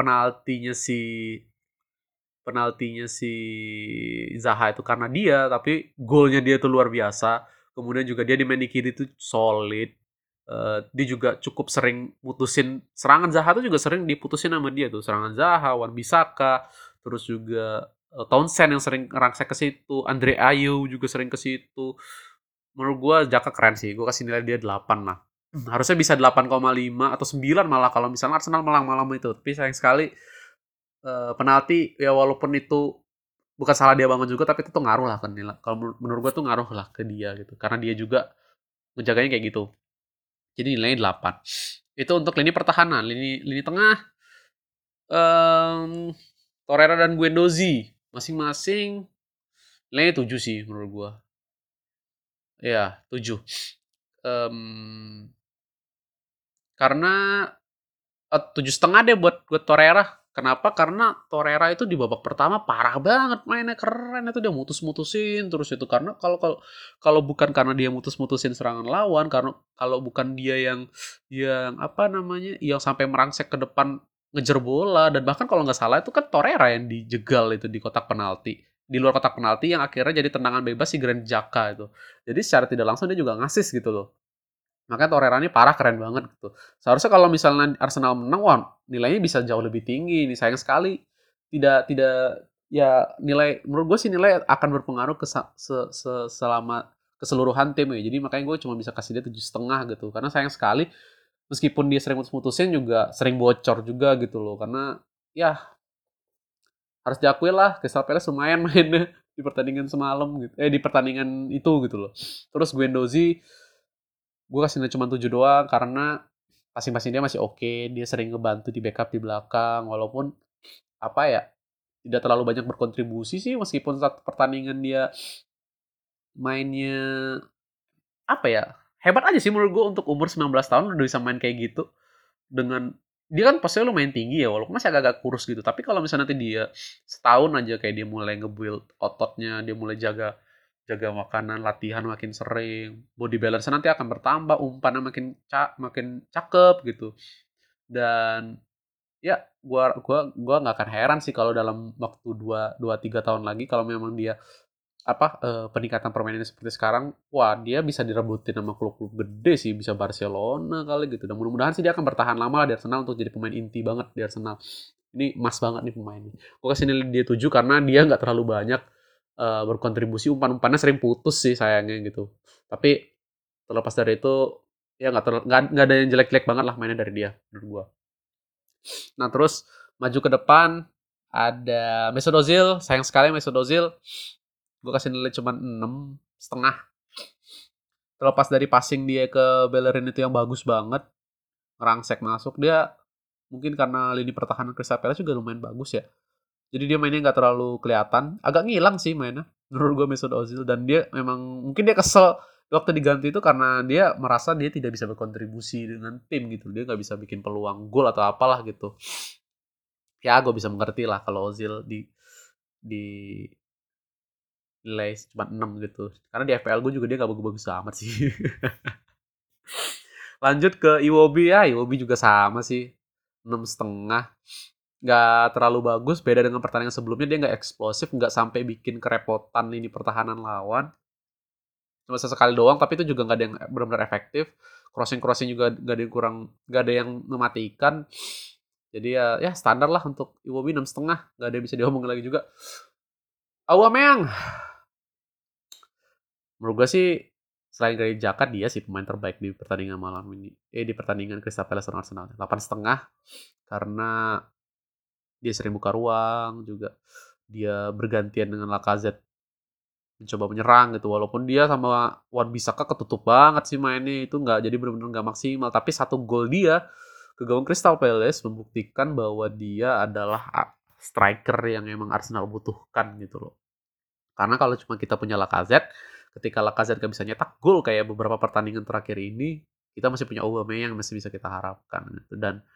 penaltinya si Zaha itu karena dia tapi golnya dia tuh luar biasa kemudian juga dia di main di kiri itu solid. Dia juga cukup sering mutusin serangan Zaha tuh juga sering diputusin sama dia tuh serangan Zaha, Wan Bissaka, terus juga Townsend yang sering ngerangsek ke situ, Andre Ayew juga sering ke situ. Menurut gua Jaka keren sih, gua kasih nilai dia 8 lah. Harusnya bisa 8,5 atau 9 malah kalau misalnya Arsenal menang malam itu. Tapi sayang sekali penalti ya walaupun itu bukan salah dia banget juga tapi itu tuh ngaruh lah ke nilai. Kalau menurut gua tuh ngaruh lah ke dia gitu. Karena dia juga ngejaganya kayak gitu. Jadi nilainya 8. Itu untuk lini pertahanan. Lini lini tengah Torreira dan Guendouzi masing-masing nilainya 7 sih menurut gua. Iya, 7. Karena 7,5 deh buat Torreira. Kenapa? Karena Torreira itu di babak pertama parah banget mainnya keren itu dia mutus-mutusin terus itu karena kalau kalau kalau bukan karena dia mutus-mutusin serangan lawan karena kalau bukan dia yang apa namanya yang sampai merangsek ke depan ngejar bola, dan bahkan kalau nggak salah itu kan Torreira yang dijegal itu di kotak penalti. Di luar kotak penalti yang akhirnya jadi tendangan bebas si Granit Xhaka itu. Jadi secara tidak langsung dia juga ngasih gitu loh. Makanya Torreira ini parah, keren banget gitu. Seharusnya kalau misalnya Arsenal menang, wah nilainya bisa jauh lebih tinggi. Ini sayang sekali tidak tidak ya, nilai menurut gue sih nilai akan berpengaruh ke selama keseluruhan tim ya. Jadi makanya gue cuma bisa kasih dia 7,5 gitu. Karena sayang sekali meskipun dia sering putus-putusin juga sering bocor juga gitu loh. Karena ya harus diakui lah Crystal Palace lumayan mainnya di pertandingan semalam gitu. Di pertandingan itu gitu loh. Terus Guendouzi gue kasih cuma 7 doang karena passing-passing dia masih oke, dia sering ngebantu di backup di belakang walaupun apa ya, tidak terlalu banyak berkontribusi sih meskipun saat pertandingan dia mainnya apa ya, hebat aja sih menurut gue untuk umur 19 tahun udah bisa main kayak gitu dengan dia kan posisinya lumayan tinggi ya walaupun masih agak-agak kurus gitu, tapi kalau misalnya nanti dia setahun aja kayak dia mulai nge-build ototnya, dia mulai jaga jaga makanan, latihan makin sering, body balance nanti akan bertambah, umpannya makin cakep gitu. Dan ya gua nggak akan heran sih kalau dalam waktu 2 2 3 tahun lagi kalau memang dia peningkatan permainannya seperti sekarang, wah dia bisa direbutin sama klub-klub gede sih, bisa Barcelona kali gitu. Dan mudah-mudahan sih dia akan bertahan lama di Arsenal untuk jadi pemain inti banget di Arsenal. Ini emas banget nih pemainnya. Gue kasih nilai dia 7 karena dia nggak terlalu banyak berkontribusi, umpan-umpannya sering putus sih sayangnya gitu. Tapi terlepas dari itu ya nggak ada yang jelek-jelek banget lah mainnya dari dia menurut gue. Nah terus maju ke depan ada Mesut Ozil, sayang sekali Mesut Ozil gue kasih nilai cuma 6,5. Terlepas dari passing dia ke Bellerin itu yang bagus banget, ngerangsek masuk, dia mungkin karena lini pertahanan Crystal Palace juga lumayan bagus ya. Jadi dia mainnya nggak terlalu kelihatan, agak ngilang sih mainnya menurut gue Mesut Ozil, dan dia memang mungkin dia kesel waktu diganti itu karena dia merasa dia tidak bisa berkontribusi dengan tim gitu, dia nggak bisa bikin peluang gol atau apalah gitu. Ya gue bisa mengerti lah kalau Ozil di nilai cuma 6 gitu. Karena di FPL gue juga dia gak bagus-bagus amat sih. Lanjut ke Iwobi, ya Iwobi juga sama sih. 6,5. Gak terlalu bagus, beda dengan pertandingan sebelumnya. Dia gak eksplosif, gak sampai bikin kerepotan lini pertahanan lawan. Cuma sesekali doang, tapi itu juga gak ada yang benar-benar efektif. Crossing-crossing juga gak ada yang mematikan. Jadi ya standar lah untuk Iwobi 6,5. Gak ada yang bisa diomongin lagi juga. Aubameyang, menurut gue sih selain dari Jaka dia sih pemain terbaik di pertandingan malam ini. Di pertandingan Crystal Palace dan Arsenal. 8,5 karena dia sering buka ruang juga. Dia bergantian dengan Lacazette mencoba menyerang gitu. Walaupun dia sama Wan-Bissaka ketutup banget sih mainnya, itu nggak jadi benar-benar nggak maksimal. Tapi satu gol dia ke gawang Crystal Palace membuktikan bahwa dia adalah striker yang emang Arsenal butuhkan gitu loh. Karena kalau cuma kita punya Lacazette, ketika Lacazette gak bisa nyetak gol kayak beberapa pertandingan terakhir ini, kita masih punya Aubameyang yang masih bisa kita harapkan gitu.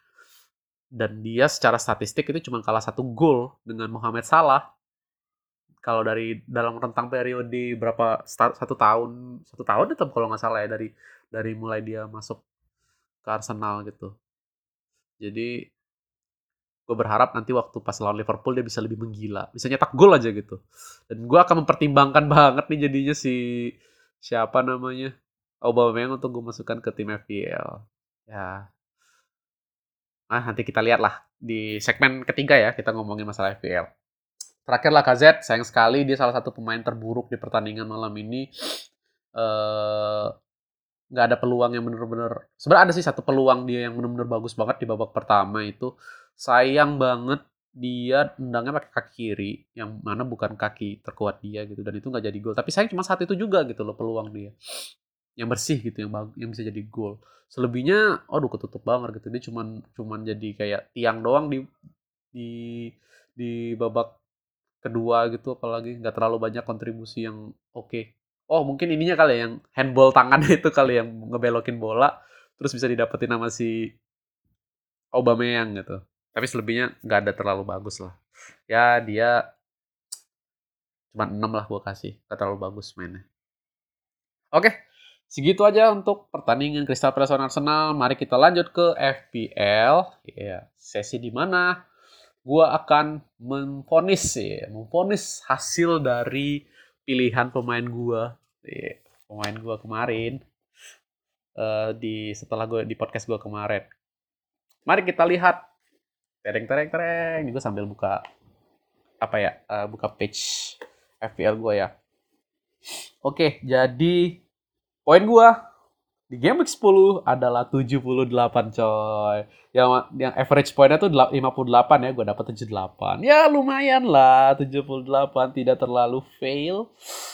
Dan dia secara statistik itu cuma kalah 1 gol dengan Mohamed Salah. Kalau dari dalam rentang periode berapa 1 tahun itu kalau nggak salah ya, dari mulai dia masuk ke Arsenal gitu. Jadi gue berharap nanti waktu pas lawan Liverpool dia bisa lebih menggila, bisa nyetak gol aja gitu. Dan gue akan mempertimbangkan banget nih jadinya si siapa namanya Aubameyang untuk gue masukkan ke tim FPL. Ya, nanti kita lihat lah di segmen ketiga ya kita ngomongin masalah FPL. Terakhir Lacazette, sayang sekali dia salah satu pemain terburuk di pertandingan malam ini. Eh, nggak ada peluang yang bener-bener, sebenarnya ada sih satu peluang dia yang bener-bener bagus banget di babak pertama itu, sayang banget dia tendangnya pakai kaki kiri yang mana bukan kaki terkuat dia gitu, dan itu nggak jadi gol, tapi sayang cuma saat itu juga gitu loh peluang dia yang bersih gitu, yang bisa jadi gol. Selebihnya aduh ketutup banget gitu, dia cuman cuman jadi kayak tiang doang di di babak kedua gitu, apalagi nggak terlalu banyak kontribusi yang oke. Oh mungkin ininya kali ya, yang handball tangannya itu kali yang ngebelokin bola terus bisa didapetin sama si Aubameyang gitu. Tapi selebihnya nggak ada terlalu bagus lah. Ya dia cuma 6 lah gue kasih, nggak terlalu bagus mainnya. Oke, Segitu aja untuk pertandingan Crystal Palace lawan Arsenal. Mari kita lanjut ke FPL. Ya, sesi di mana gua akan memvonis hasil dari pilihan pemain gua. Ya, pemain gua kemarin di setelah gue di podcast gua kemarin. Mari kita lihat. Tereng juga sambil buka apa ya? Buka page FPL gua ya. Oke, jadi poin gua di game week 10 adalah 78 coy. Yang average poinnya tuh 58 ya, gue dapet 78. Ya lumayan lah 78, tidak terlalu fail.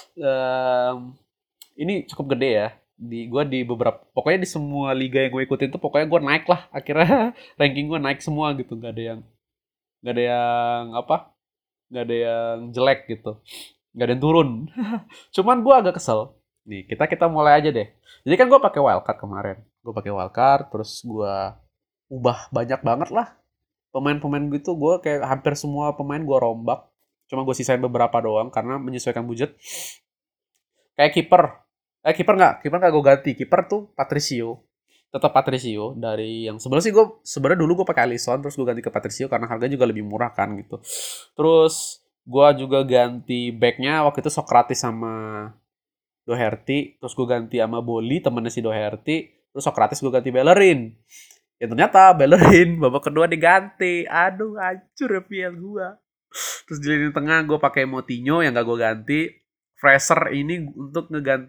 Ini cukup gede ya. Gue di beberapa, pokoknya di semua liga yang gue ikutin tuh pokoknya gue naik lah. Akhirnya ranking gue naik semua gitu, nggak ada yang apa? Nggak ada yang jelek gitu. Nggak ada yang turun. Cuman gue agak kesel. Nih, kita mulai aja deh. Jadi kan gue pakai wildcard kemarin. Gue pakai wildcard, terus gue ubah banyak banget lah. Pemain-pemain gitu, gue kayak hampir semua pemain gue rombak. Cuma gue sisain beberapa doang karena menyesuaikan budget. Kayak kiper. Kiper nggak gue ganti. Kiper tuh Patricio. Tetap Patricio dari yang sebenarnya dulu gue pakai Alisson terus gue ganti ke Patricio karena harganya juga lebih murah kan gitu. Terus gue juga ganti backnya waktu itu Socrates sama Doherty, terus gue ganti sama Boli, temennya si Doherty, terus Socrates gue ganti Bellerin. Ya ternyata Bellerin babak kedua diganti. Aduh, hancur ya FPL gue. Terus di lini tengah gue pakai Moutinho yang gak gue ganti. Fraser ini untuk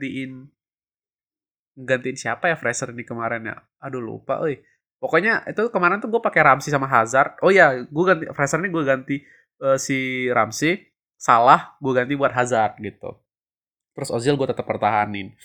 ngegantiin siapa ya Fraser ini kemarin ya? Aduh lupa, euy. Pokoknya itu kemarin tuh gue pakai Ramsey sama Hazard. Oh ya, gue ganti Fraser ini gue ganti si Ramsey, Salah gue ganti buat Hazard gitu. Terus Ozil gue tetap pertahanin.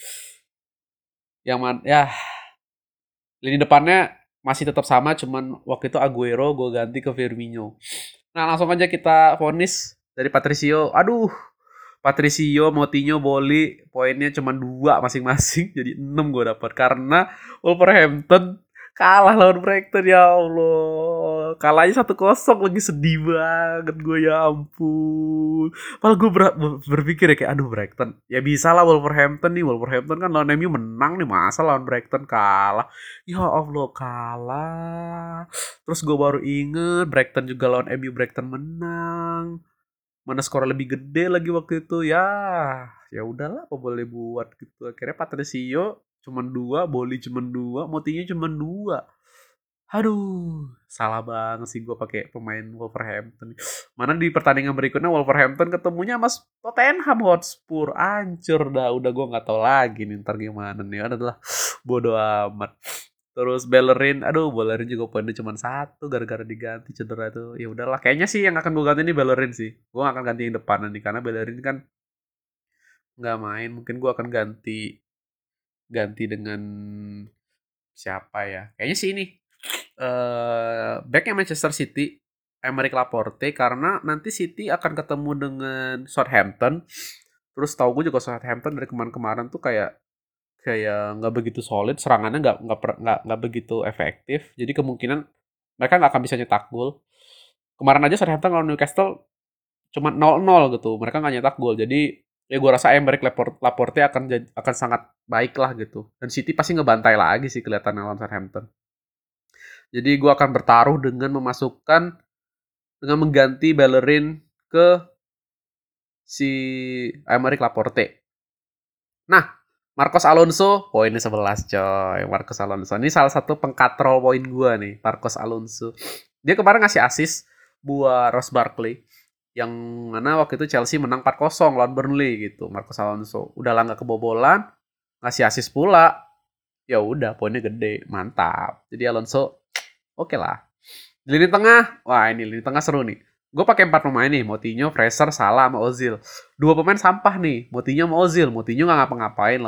Yang mana ya lini depannya masih tetap sama, cuman waktu itu Aguero gue ganti ke Firmino. Nah langsung aja kita vonis dari Patricio. Aduh, Patricio, Moutinho, Boli poinnya cuma 2 masing-masing, jadi 6 gue dapat karena Wolverhampton kalah lawan Brighton. Ya Allah, kalahnya 1-0 lagi, sedih banget gue, ya ampun. Padahal gue berpikir ya kayak aduh Brighton ya bisa lah, Wolverhampton kan lawan MU menang nih, masa lawan Brighton kalah. Ya Allah, kalah. Terus gue baru inget Brighton juga lawan MU, Brighton menang, mana skor lebih gede lagi waktu itu. Ya udahlah, apa boleh buat gitu. Akhirnya Patricio cuman 2, Boli cuman 2, Moutinho cuman 2. Aduh, salah banget sih gue pakai pemain Wolverhampton. Mana di pertandingan berikutnya Wolverhampton ketemunya mas Tottenham Hotspur, ancur dah. Udah gue nggak tahu lagi nih ntar gimana nih. Adalah bodo amat. Terus Bellerin juga poinnya cuma 1 gara-gara diganti cedera itu. Ya udahlah, kayaknya sih yang akan gue ganti ini Bellerin sih. Gue gak akan ganti yang depan nanti karena Bellerin kan nggak main. Mungkin gue akan ganti ganti dengan siapa ya? Kayaknya sih ini backnya Manchester City, Aymeric Laporte, karena nanti City akan ketemu dengan Southampton. Terus tahu gue juga Southampton dari kemarin-kemarin tuh kayak kayak nggak begitu solid, serangannya nggak begitu efektif. Jadi kemungkinan mereka nggak akan bisa nyetak gol. Kemarin aja Southampton lawan Newcastle cuma 0-0 gitu. Mereka nggak nyetak gol. Jadi ya gue rasa Aymeric Laporte akan sangat baik lah gitu. Dan City pasti ngebantai lagi sih kelihatannya lawan Southampton. Jadi gue akan bertaruh dengan mengganti Bellerin ke si Aymeric Laporte. Nah, Marcos Alonso poinnya 11 coy. Marcos Alonso ini salah satu pengkatrol poin gue nih, Marcos Alonso. Dia kemarin ngasih assist buat Ross Barkley yang mana waktu itu Chelsea menang 4-0 lawan Burnley gitu. Marcos Alonso udah lah nggak kebobolan, ngasih assist pula. Ya udah, poinnya gede, mantap. Jadi Alonso oke lah. Di lini tengah, wah ini lini tengah seru nih. Gue pakai 4 pemain nih, Moutinho, Fraser, Salah, sama Ozil. 2 pemain sampah nih, Moutinho sama Ozil. Moutinho nggak ngapa-ngapain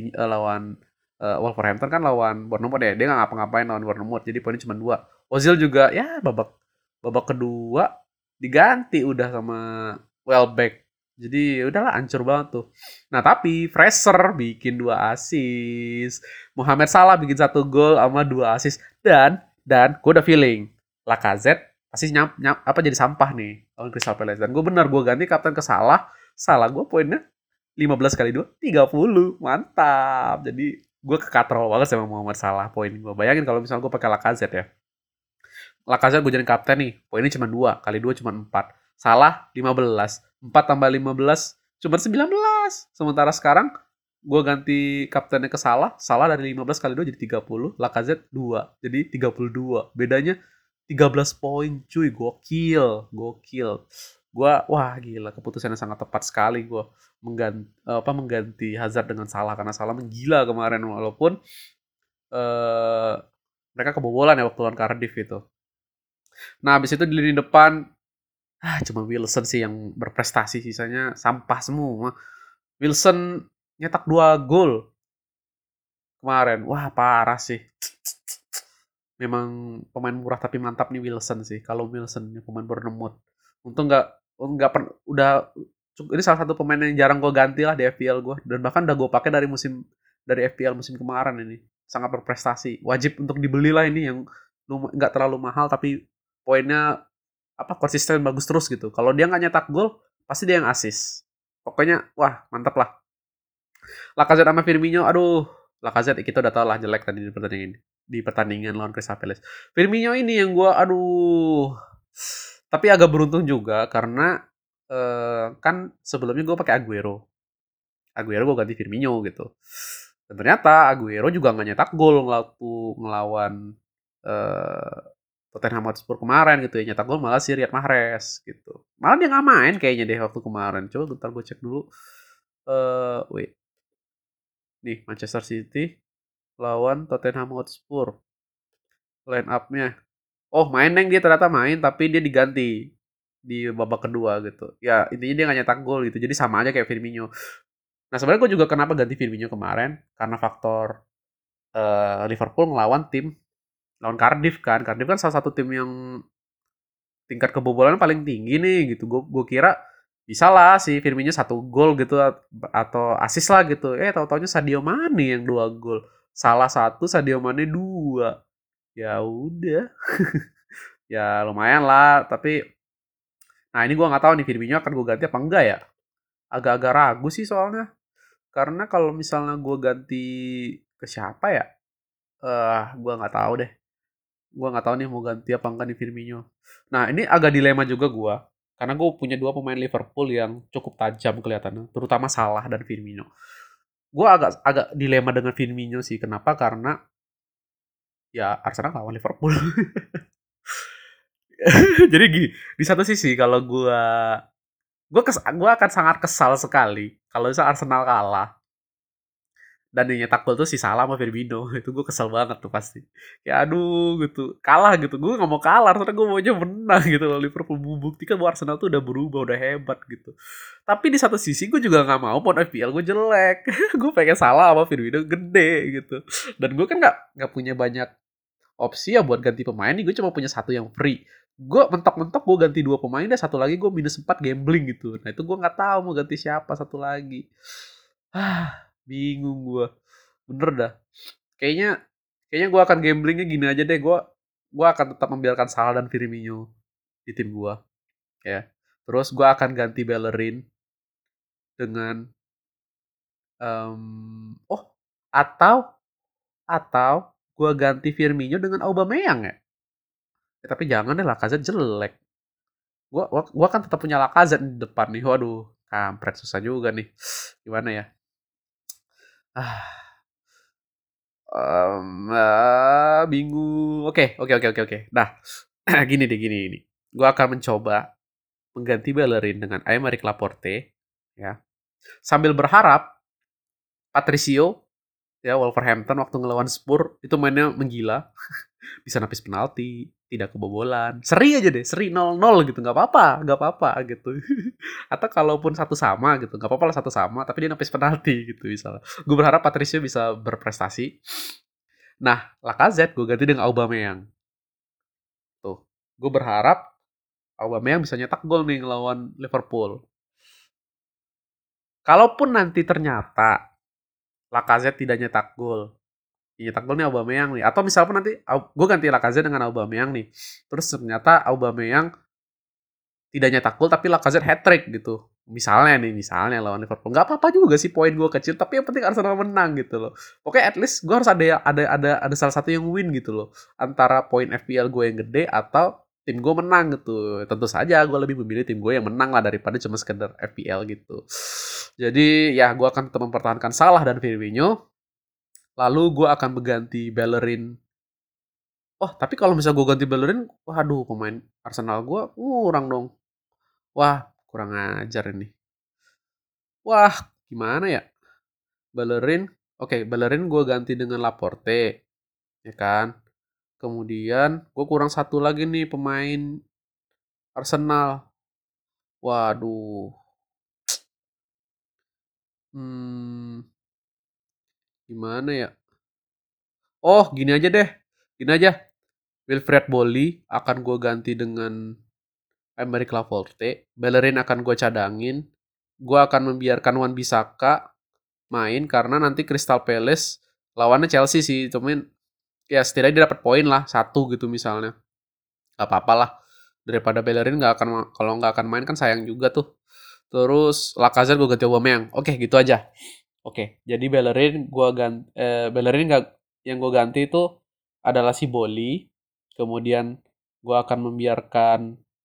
lawan Wolverhampton kan lawan Bournemouth ya. Dia nggak ngapa-ngapain lawan Bournemouth, jadi poinnya cuma 2. Ozil juga ya babak kedua diganti udah sama Welbeck. Jadi udahlah, hancur banget tuh. Nah tapi Fraser bikin 2 assist, Mohamed Salah bikin 1 gol sama 2 assist, dan gue udah feeling Lacazette pasti jadi sampah nih lawan Crystal Palace. Dan gue ganti kapten ke Salah. Salah gue poinnya 15 kali 2, 30. Mantap. Jadi gue kekatrol banget sama Muhammad Salah poin gue. Bayangin kalau misalnya gue pakai Lacazette ya. Lacazette gue jadi kapten nih. Poinnya cuma 2, kali 2 cuma 4. Salah 15. 4 tambah 15 cuma 19. Sementara sekarang gue ganti kaptennya ke Salah. Salah dari 15 kali 2 jadi 30. Lacazette 2. Jadi 32. Bedanya 13 poin cuy. Gokil. Gokil. Wah gila, keputusannya sangat tepat sekali gue mengganti Hazard dengan Salah karena Salah menggila kemarin walaupun eh, mereka kebobolan ya waktu lawan Cardiff itu. Nah, habis itu di lini depan cuma Wilson sih yang berprestasi, sisanya sampah semua. Wilson nyetak 2 gol kemarin. Wah, parah sih. Memang pemain murah tapi mantap nih Wilson sih. Kalau Wilson pemain Bournemouth. Untung udah ini salah satu pemain yang jarang gue ganti lah di FPL gue dan bahkan udah gue pakai dari FPL musim kemarin ini. Sangat berprestasi. Wajib untuk dibeli lah ini yang nggak terlalu mahal tapi poinnya konsisten bagus terus gitu. Kalau dia nggak nyetak gol, pasti dia yang assist. Pokoknya wah mantap lah. Lacazette sama Firmino, aduh, Lacazette kita udah tau lah jelek tadi di pertandingan lawan Crystal Palace. Firmino ini yang gue aduh, tapi agak beruntung juga karena kan sebelumnya gue pakai Aguero gue ganti Firmino gitu. Dan ternyata Aguero juga nggak nyetak gol waktu ngelawan eh, Tottenham Hotspur kemarin gitu ya. Nyetak gol malah si Riyad Mahrez gitu. Malah dia nggak main kayaknya deh waktu kemarin. Coba bentar gue cek dulu. Wait. Nih, Manchester City lawan Tottenham Hotspur. Line up-nya. Oh, main Neng dia ternyata main tapi dia diganti di babak kedua gitu. Ya, intinya dia nggak nyetak gol gitu. Jadi sama aja kayak Firmino. Nah, sebenarnya gue juga kenapa ganti Firmino kemarin karena faktor Liverpool ngelawan lawan Cardiff kan. Cardiff kan salah satu tim yang tingkat kebobolan paling tinggi nih gitu. Gue kira bisa lah si Firmino 1 gol gitu atau assist lah gitu. Tahu-taunya Sadio Mane yang 2 gol. Salah 1, Sadio Mane 2. Ya udah. Ya lumayan lah, tapi nah ini gue nggak tahu nih Firmino akan gue ganti apa enggak ya. Agak-agak ragu sih soalnya. Karena kalau misalnya gue ganti ke siapa ya? Gue nggak tahu deh. Gue nggak tahu nih mau ganti apa enggak di Firmino. Nah ini agak dilema juga gue. Karena gue punya 2 pemain Liverpool yang cukup tajam kelihatannya. Terutama Salah dan Firmino. Gue agak dilema dengan Firmino sih. Kenapa? Karena ya Arsenal lawan Liverpool. Jadi gini, di satu sisi kalau gue akan sangat kesal sekali kalau misalnya Arsenal kalah dan yang nyetak gol tuh si Salah sama Firmino. Itu gue kesel banget tuh pasti. Ya aduh gitu. Kalah gitu. Gue gak mau kalah. Karena gue maunya menang gitu loh. Liverpool membuktikan bahwa Arsenal tuh udah berubah. Udah hebat gitu. Tapi di satu sisi gue juga gak mau pon FPL gue jelek. Gue pengen Salah sama Firmino gede gitu. Dan gue kan gak punya banyak opsi ya buat ganti pemain nih. Gue cuma punya 1 yang free. Gue mentok-mentok gue ganti 2 pemain deh. 1 lagi gue -4 gambling gitu. Nah itu gue gak tahu mau ganti siapa 1 lagi. Bingung gue. Bener dah. Kayaknya kayaknya gue akan gamblingnya gini aja deh. Gue akan tetap membiarkan Salah dan Firmino di tim gue. Ya. Terus gue akan ganti Bellerin dengan oh atau atau gue ganti Firmino dengan Aubameyang ya. Tapi jangan deh, Lacazette jelek. Gua kan tetap punya Lacazette di depan nih. Waduh, kampret susah juga nih. Gimana ya? Ah, bingung. Oke. Nah, gini. Gua akan mencoba mengganti Bellerin dengan Aymeric Laporte, ya. Sambil berharap Patricio, ya Wolverhampton waktu ngelawan Spurs itu mainnya menggila. Bisa napis penalti, tidak kebobolan. Seri aja deh, seri 0-0 gitu, nggak apa-apa gitu. Atau kalaupun 1 sama gitu, nggak apa-apa lah 1 sama, tapi dia napis penalti gitu misalnya. Gue berharap Patricio bisa berprestasi. Nah, Lacazette gue ganti dengan Aubameyang. Tuh, gue berharap Aubameyang bisa nyetak gol nih ngelawan Liverpool. Kalaupun nanti ternyata Lacazette tidak nyetak gol, nyetak gol nih Aubameyang nih. Atau misalnya nanti gue ganti Lacazette dengan Aubameyang nih. Terus ternyata Aubameyang tidak nyetak gol tapi Lacazette hat-trick gitu. misalnya lawan Liverpool, nggak apa-apa juga sih poin gue kecil, tapi yang penting Arsenal menang gitu loh. Oke, at least gue harus ada salah satu yang win gitu loh, antara poin FPL gue yang gede atau tim gue menang gitu. Tentu saja gue lebih memilih tim gue yang menang lah daripada cuma sekedar FPL gitu. Jadi ya gue akan tetap mempertahankan Salah dan Firmino, lalu gue akan mengganti Bellerin. Oh, tapi kalau misalnya gue ganti Bellerin, waduh, pemain Arsenal gue kurang dong. Wah, kurang ajar ini. Wah, gimana ya? Bellerin, oke, Bellerin gue ganti dengan Laporte, ya kan? Kemudian gue kurang satu lagi nih pemain Arsenal. Waduh, hmm, gimana ya? Oh, gini aja deh, gini aja. Wilfred Boli akan gue ganti dengan Emerick Laporte. Bellerin akan gue cadangin. Gue akan membiarkan Wan Bissaka main karena nanti Crystal Palace lawannya Chelsea sih, cuman ya setidaknya dia dapat poin lah satu gitu misalnya. Gak apa-apa lah, daripada Bellerin nggak akan, kalau nggak akan main kan sayang juga tuh. Terus Lacazette gue ganti Aubameyang. Oke, gitu aja. Oke, jadi Bellerin nggak, yang gue ganti itu adalah si Boli. Kemudian gue akan membiarkan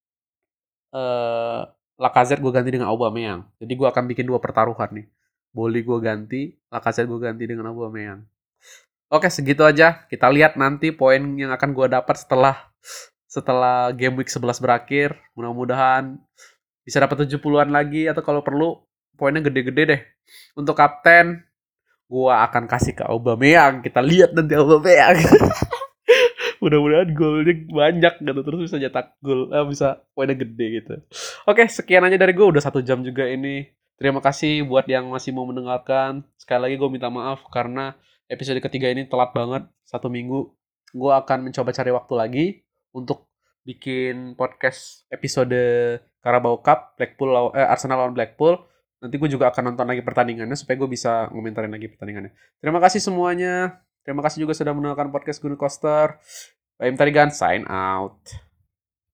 eh Lacazette gue ganti dengan Aubameyang. Jadi gue akan bikin dua pertaruhan nih. Boli gue ganti, Lacazette gue ganti dengan Aubameyang. Oke, segitu aja. Kita lihat nanti poin yang akan gue dapat setelah setelah game week 11 berakhir. Mudah-mudahan bisa dapat 70-an lagi, atau kalau perlu poinnya gede-gede deh. Untuk kapten, gue akan kasih ke Aubameyang. Kita lihat nanti Aubameyang. Mudah-mudahan golnya banyak gitu, terus bisa nyetak gol, bisa poinnya gede gitu. Oke, sekian aja dari gue, udah 1 jam juga ini. Terima kasih buat yang masih mau mendengarkan. Sekali lagi gue minta maaf karena episode ketiga ini telat banget, 1 minggu. Gue akan mencoba cari waktu lagi untuk bikin podcast episode Carabao Cup Arsenal lawan Blackpool. Nanti gue juga akan nonton lagi pertandingannya supaya gue bisa ngomentarin lagi pertandingannya. Terima kasih semuanya. Terima kasih juga sudah menonton podcast Gunung Coaster. I'm Tarigan, sign out.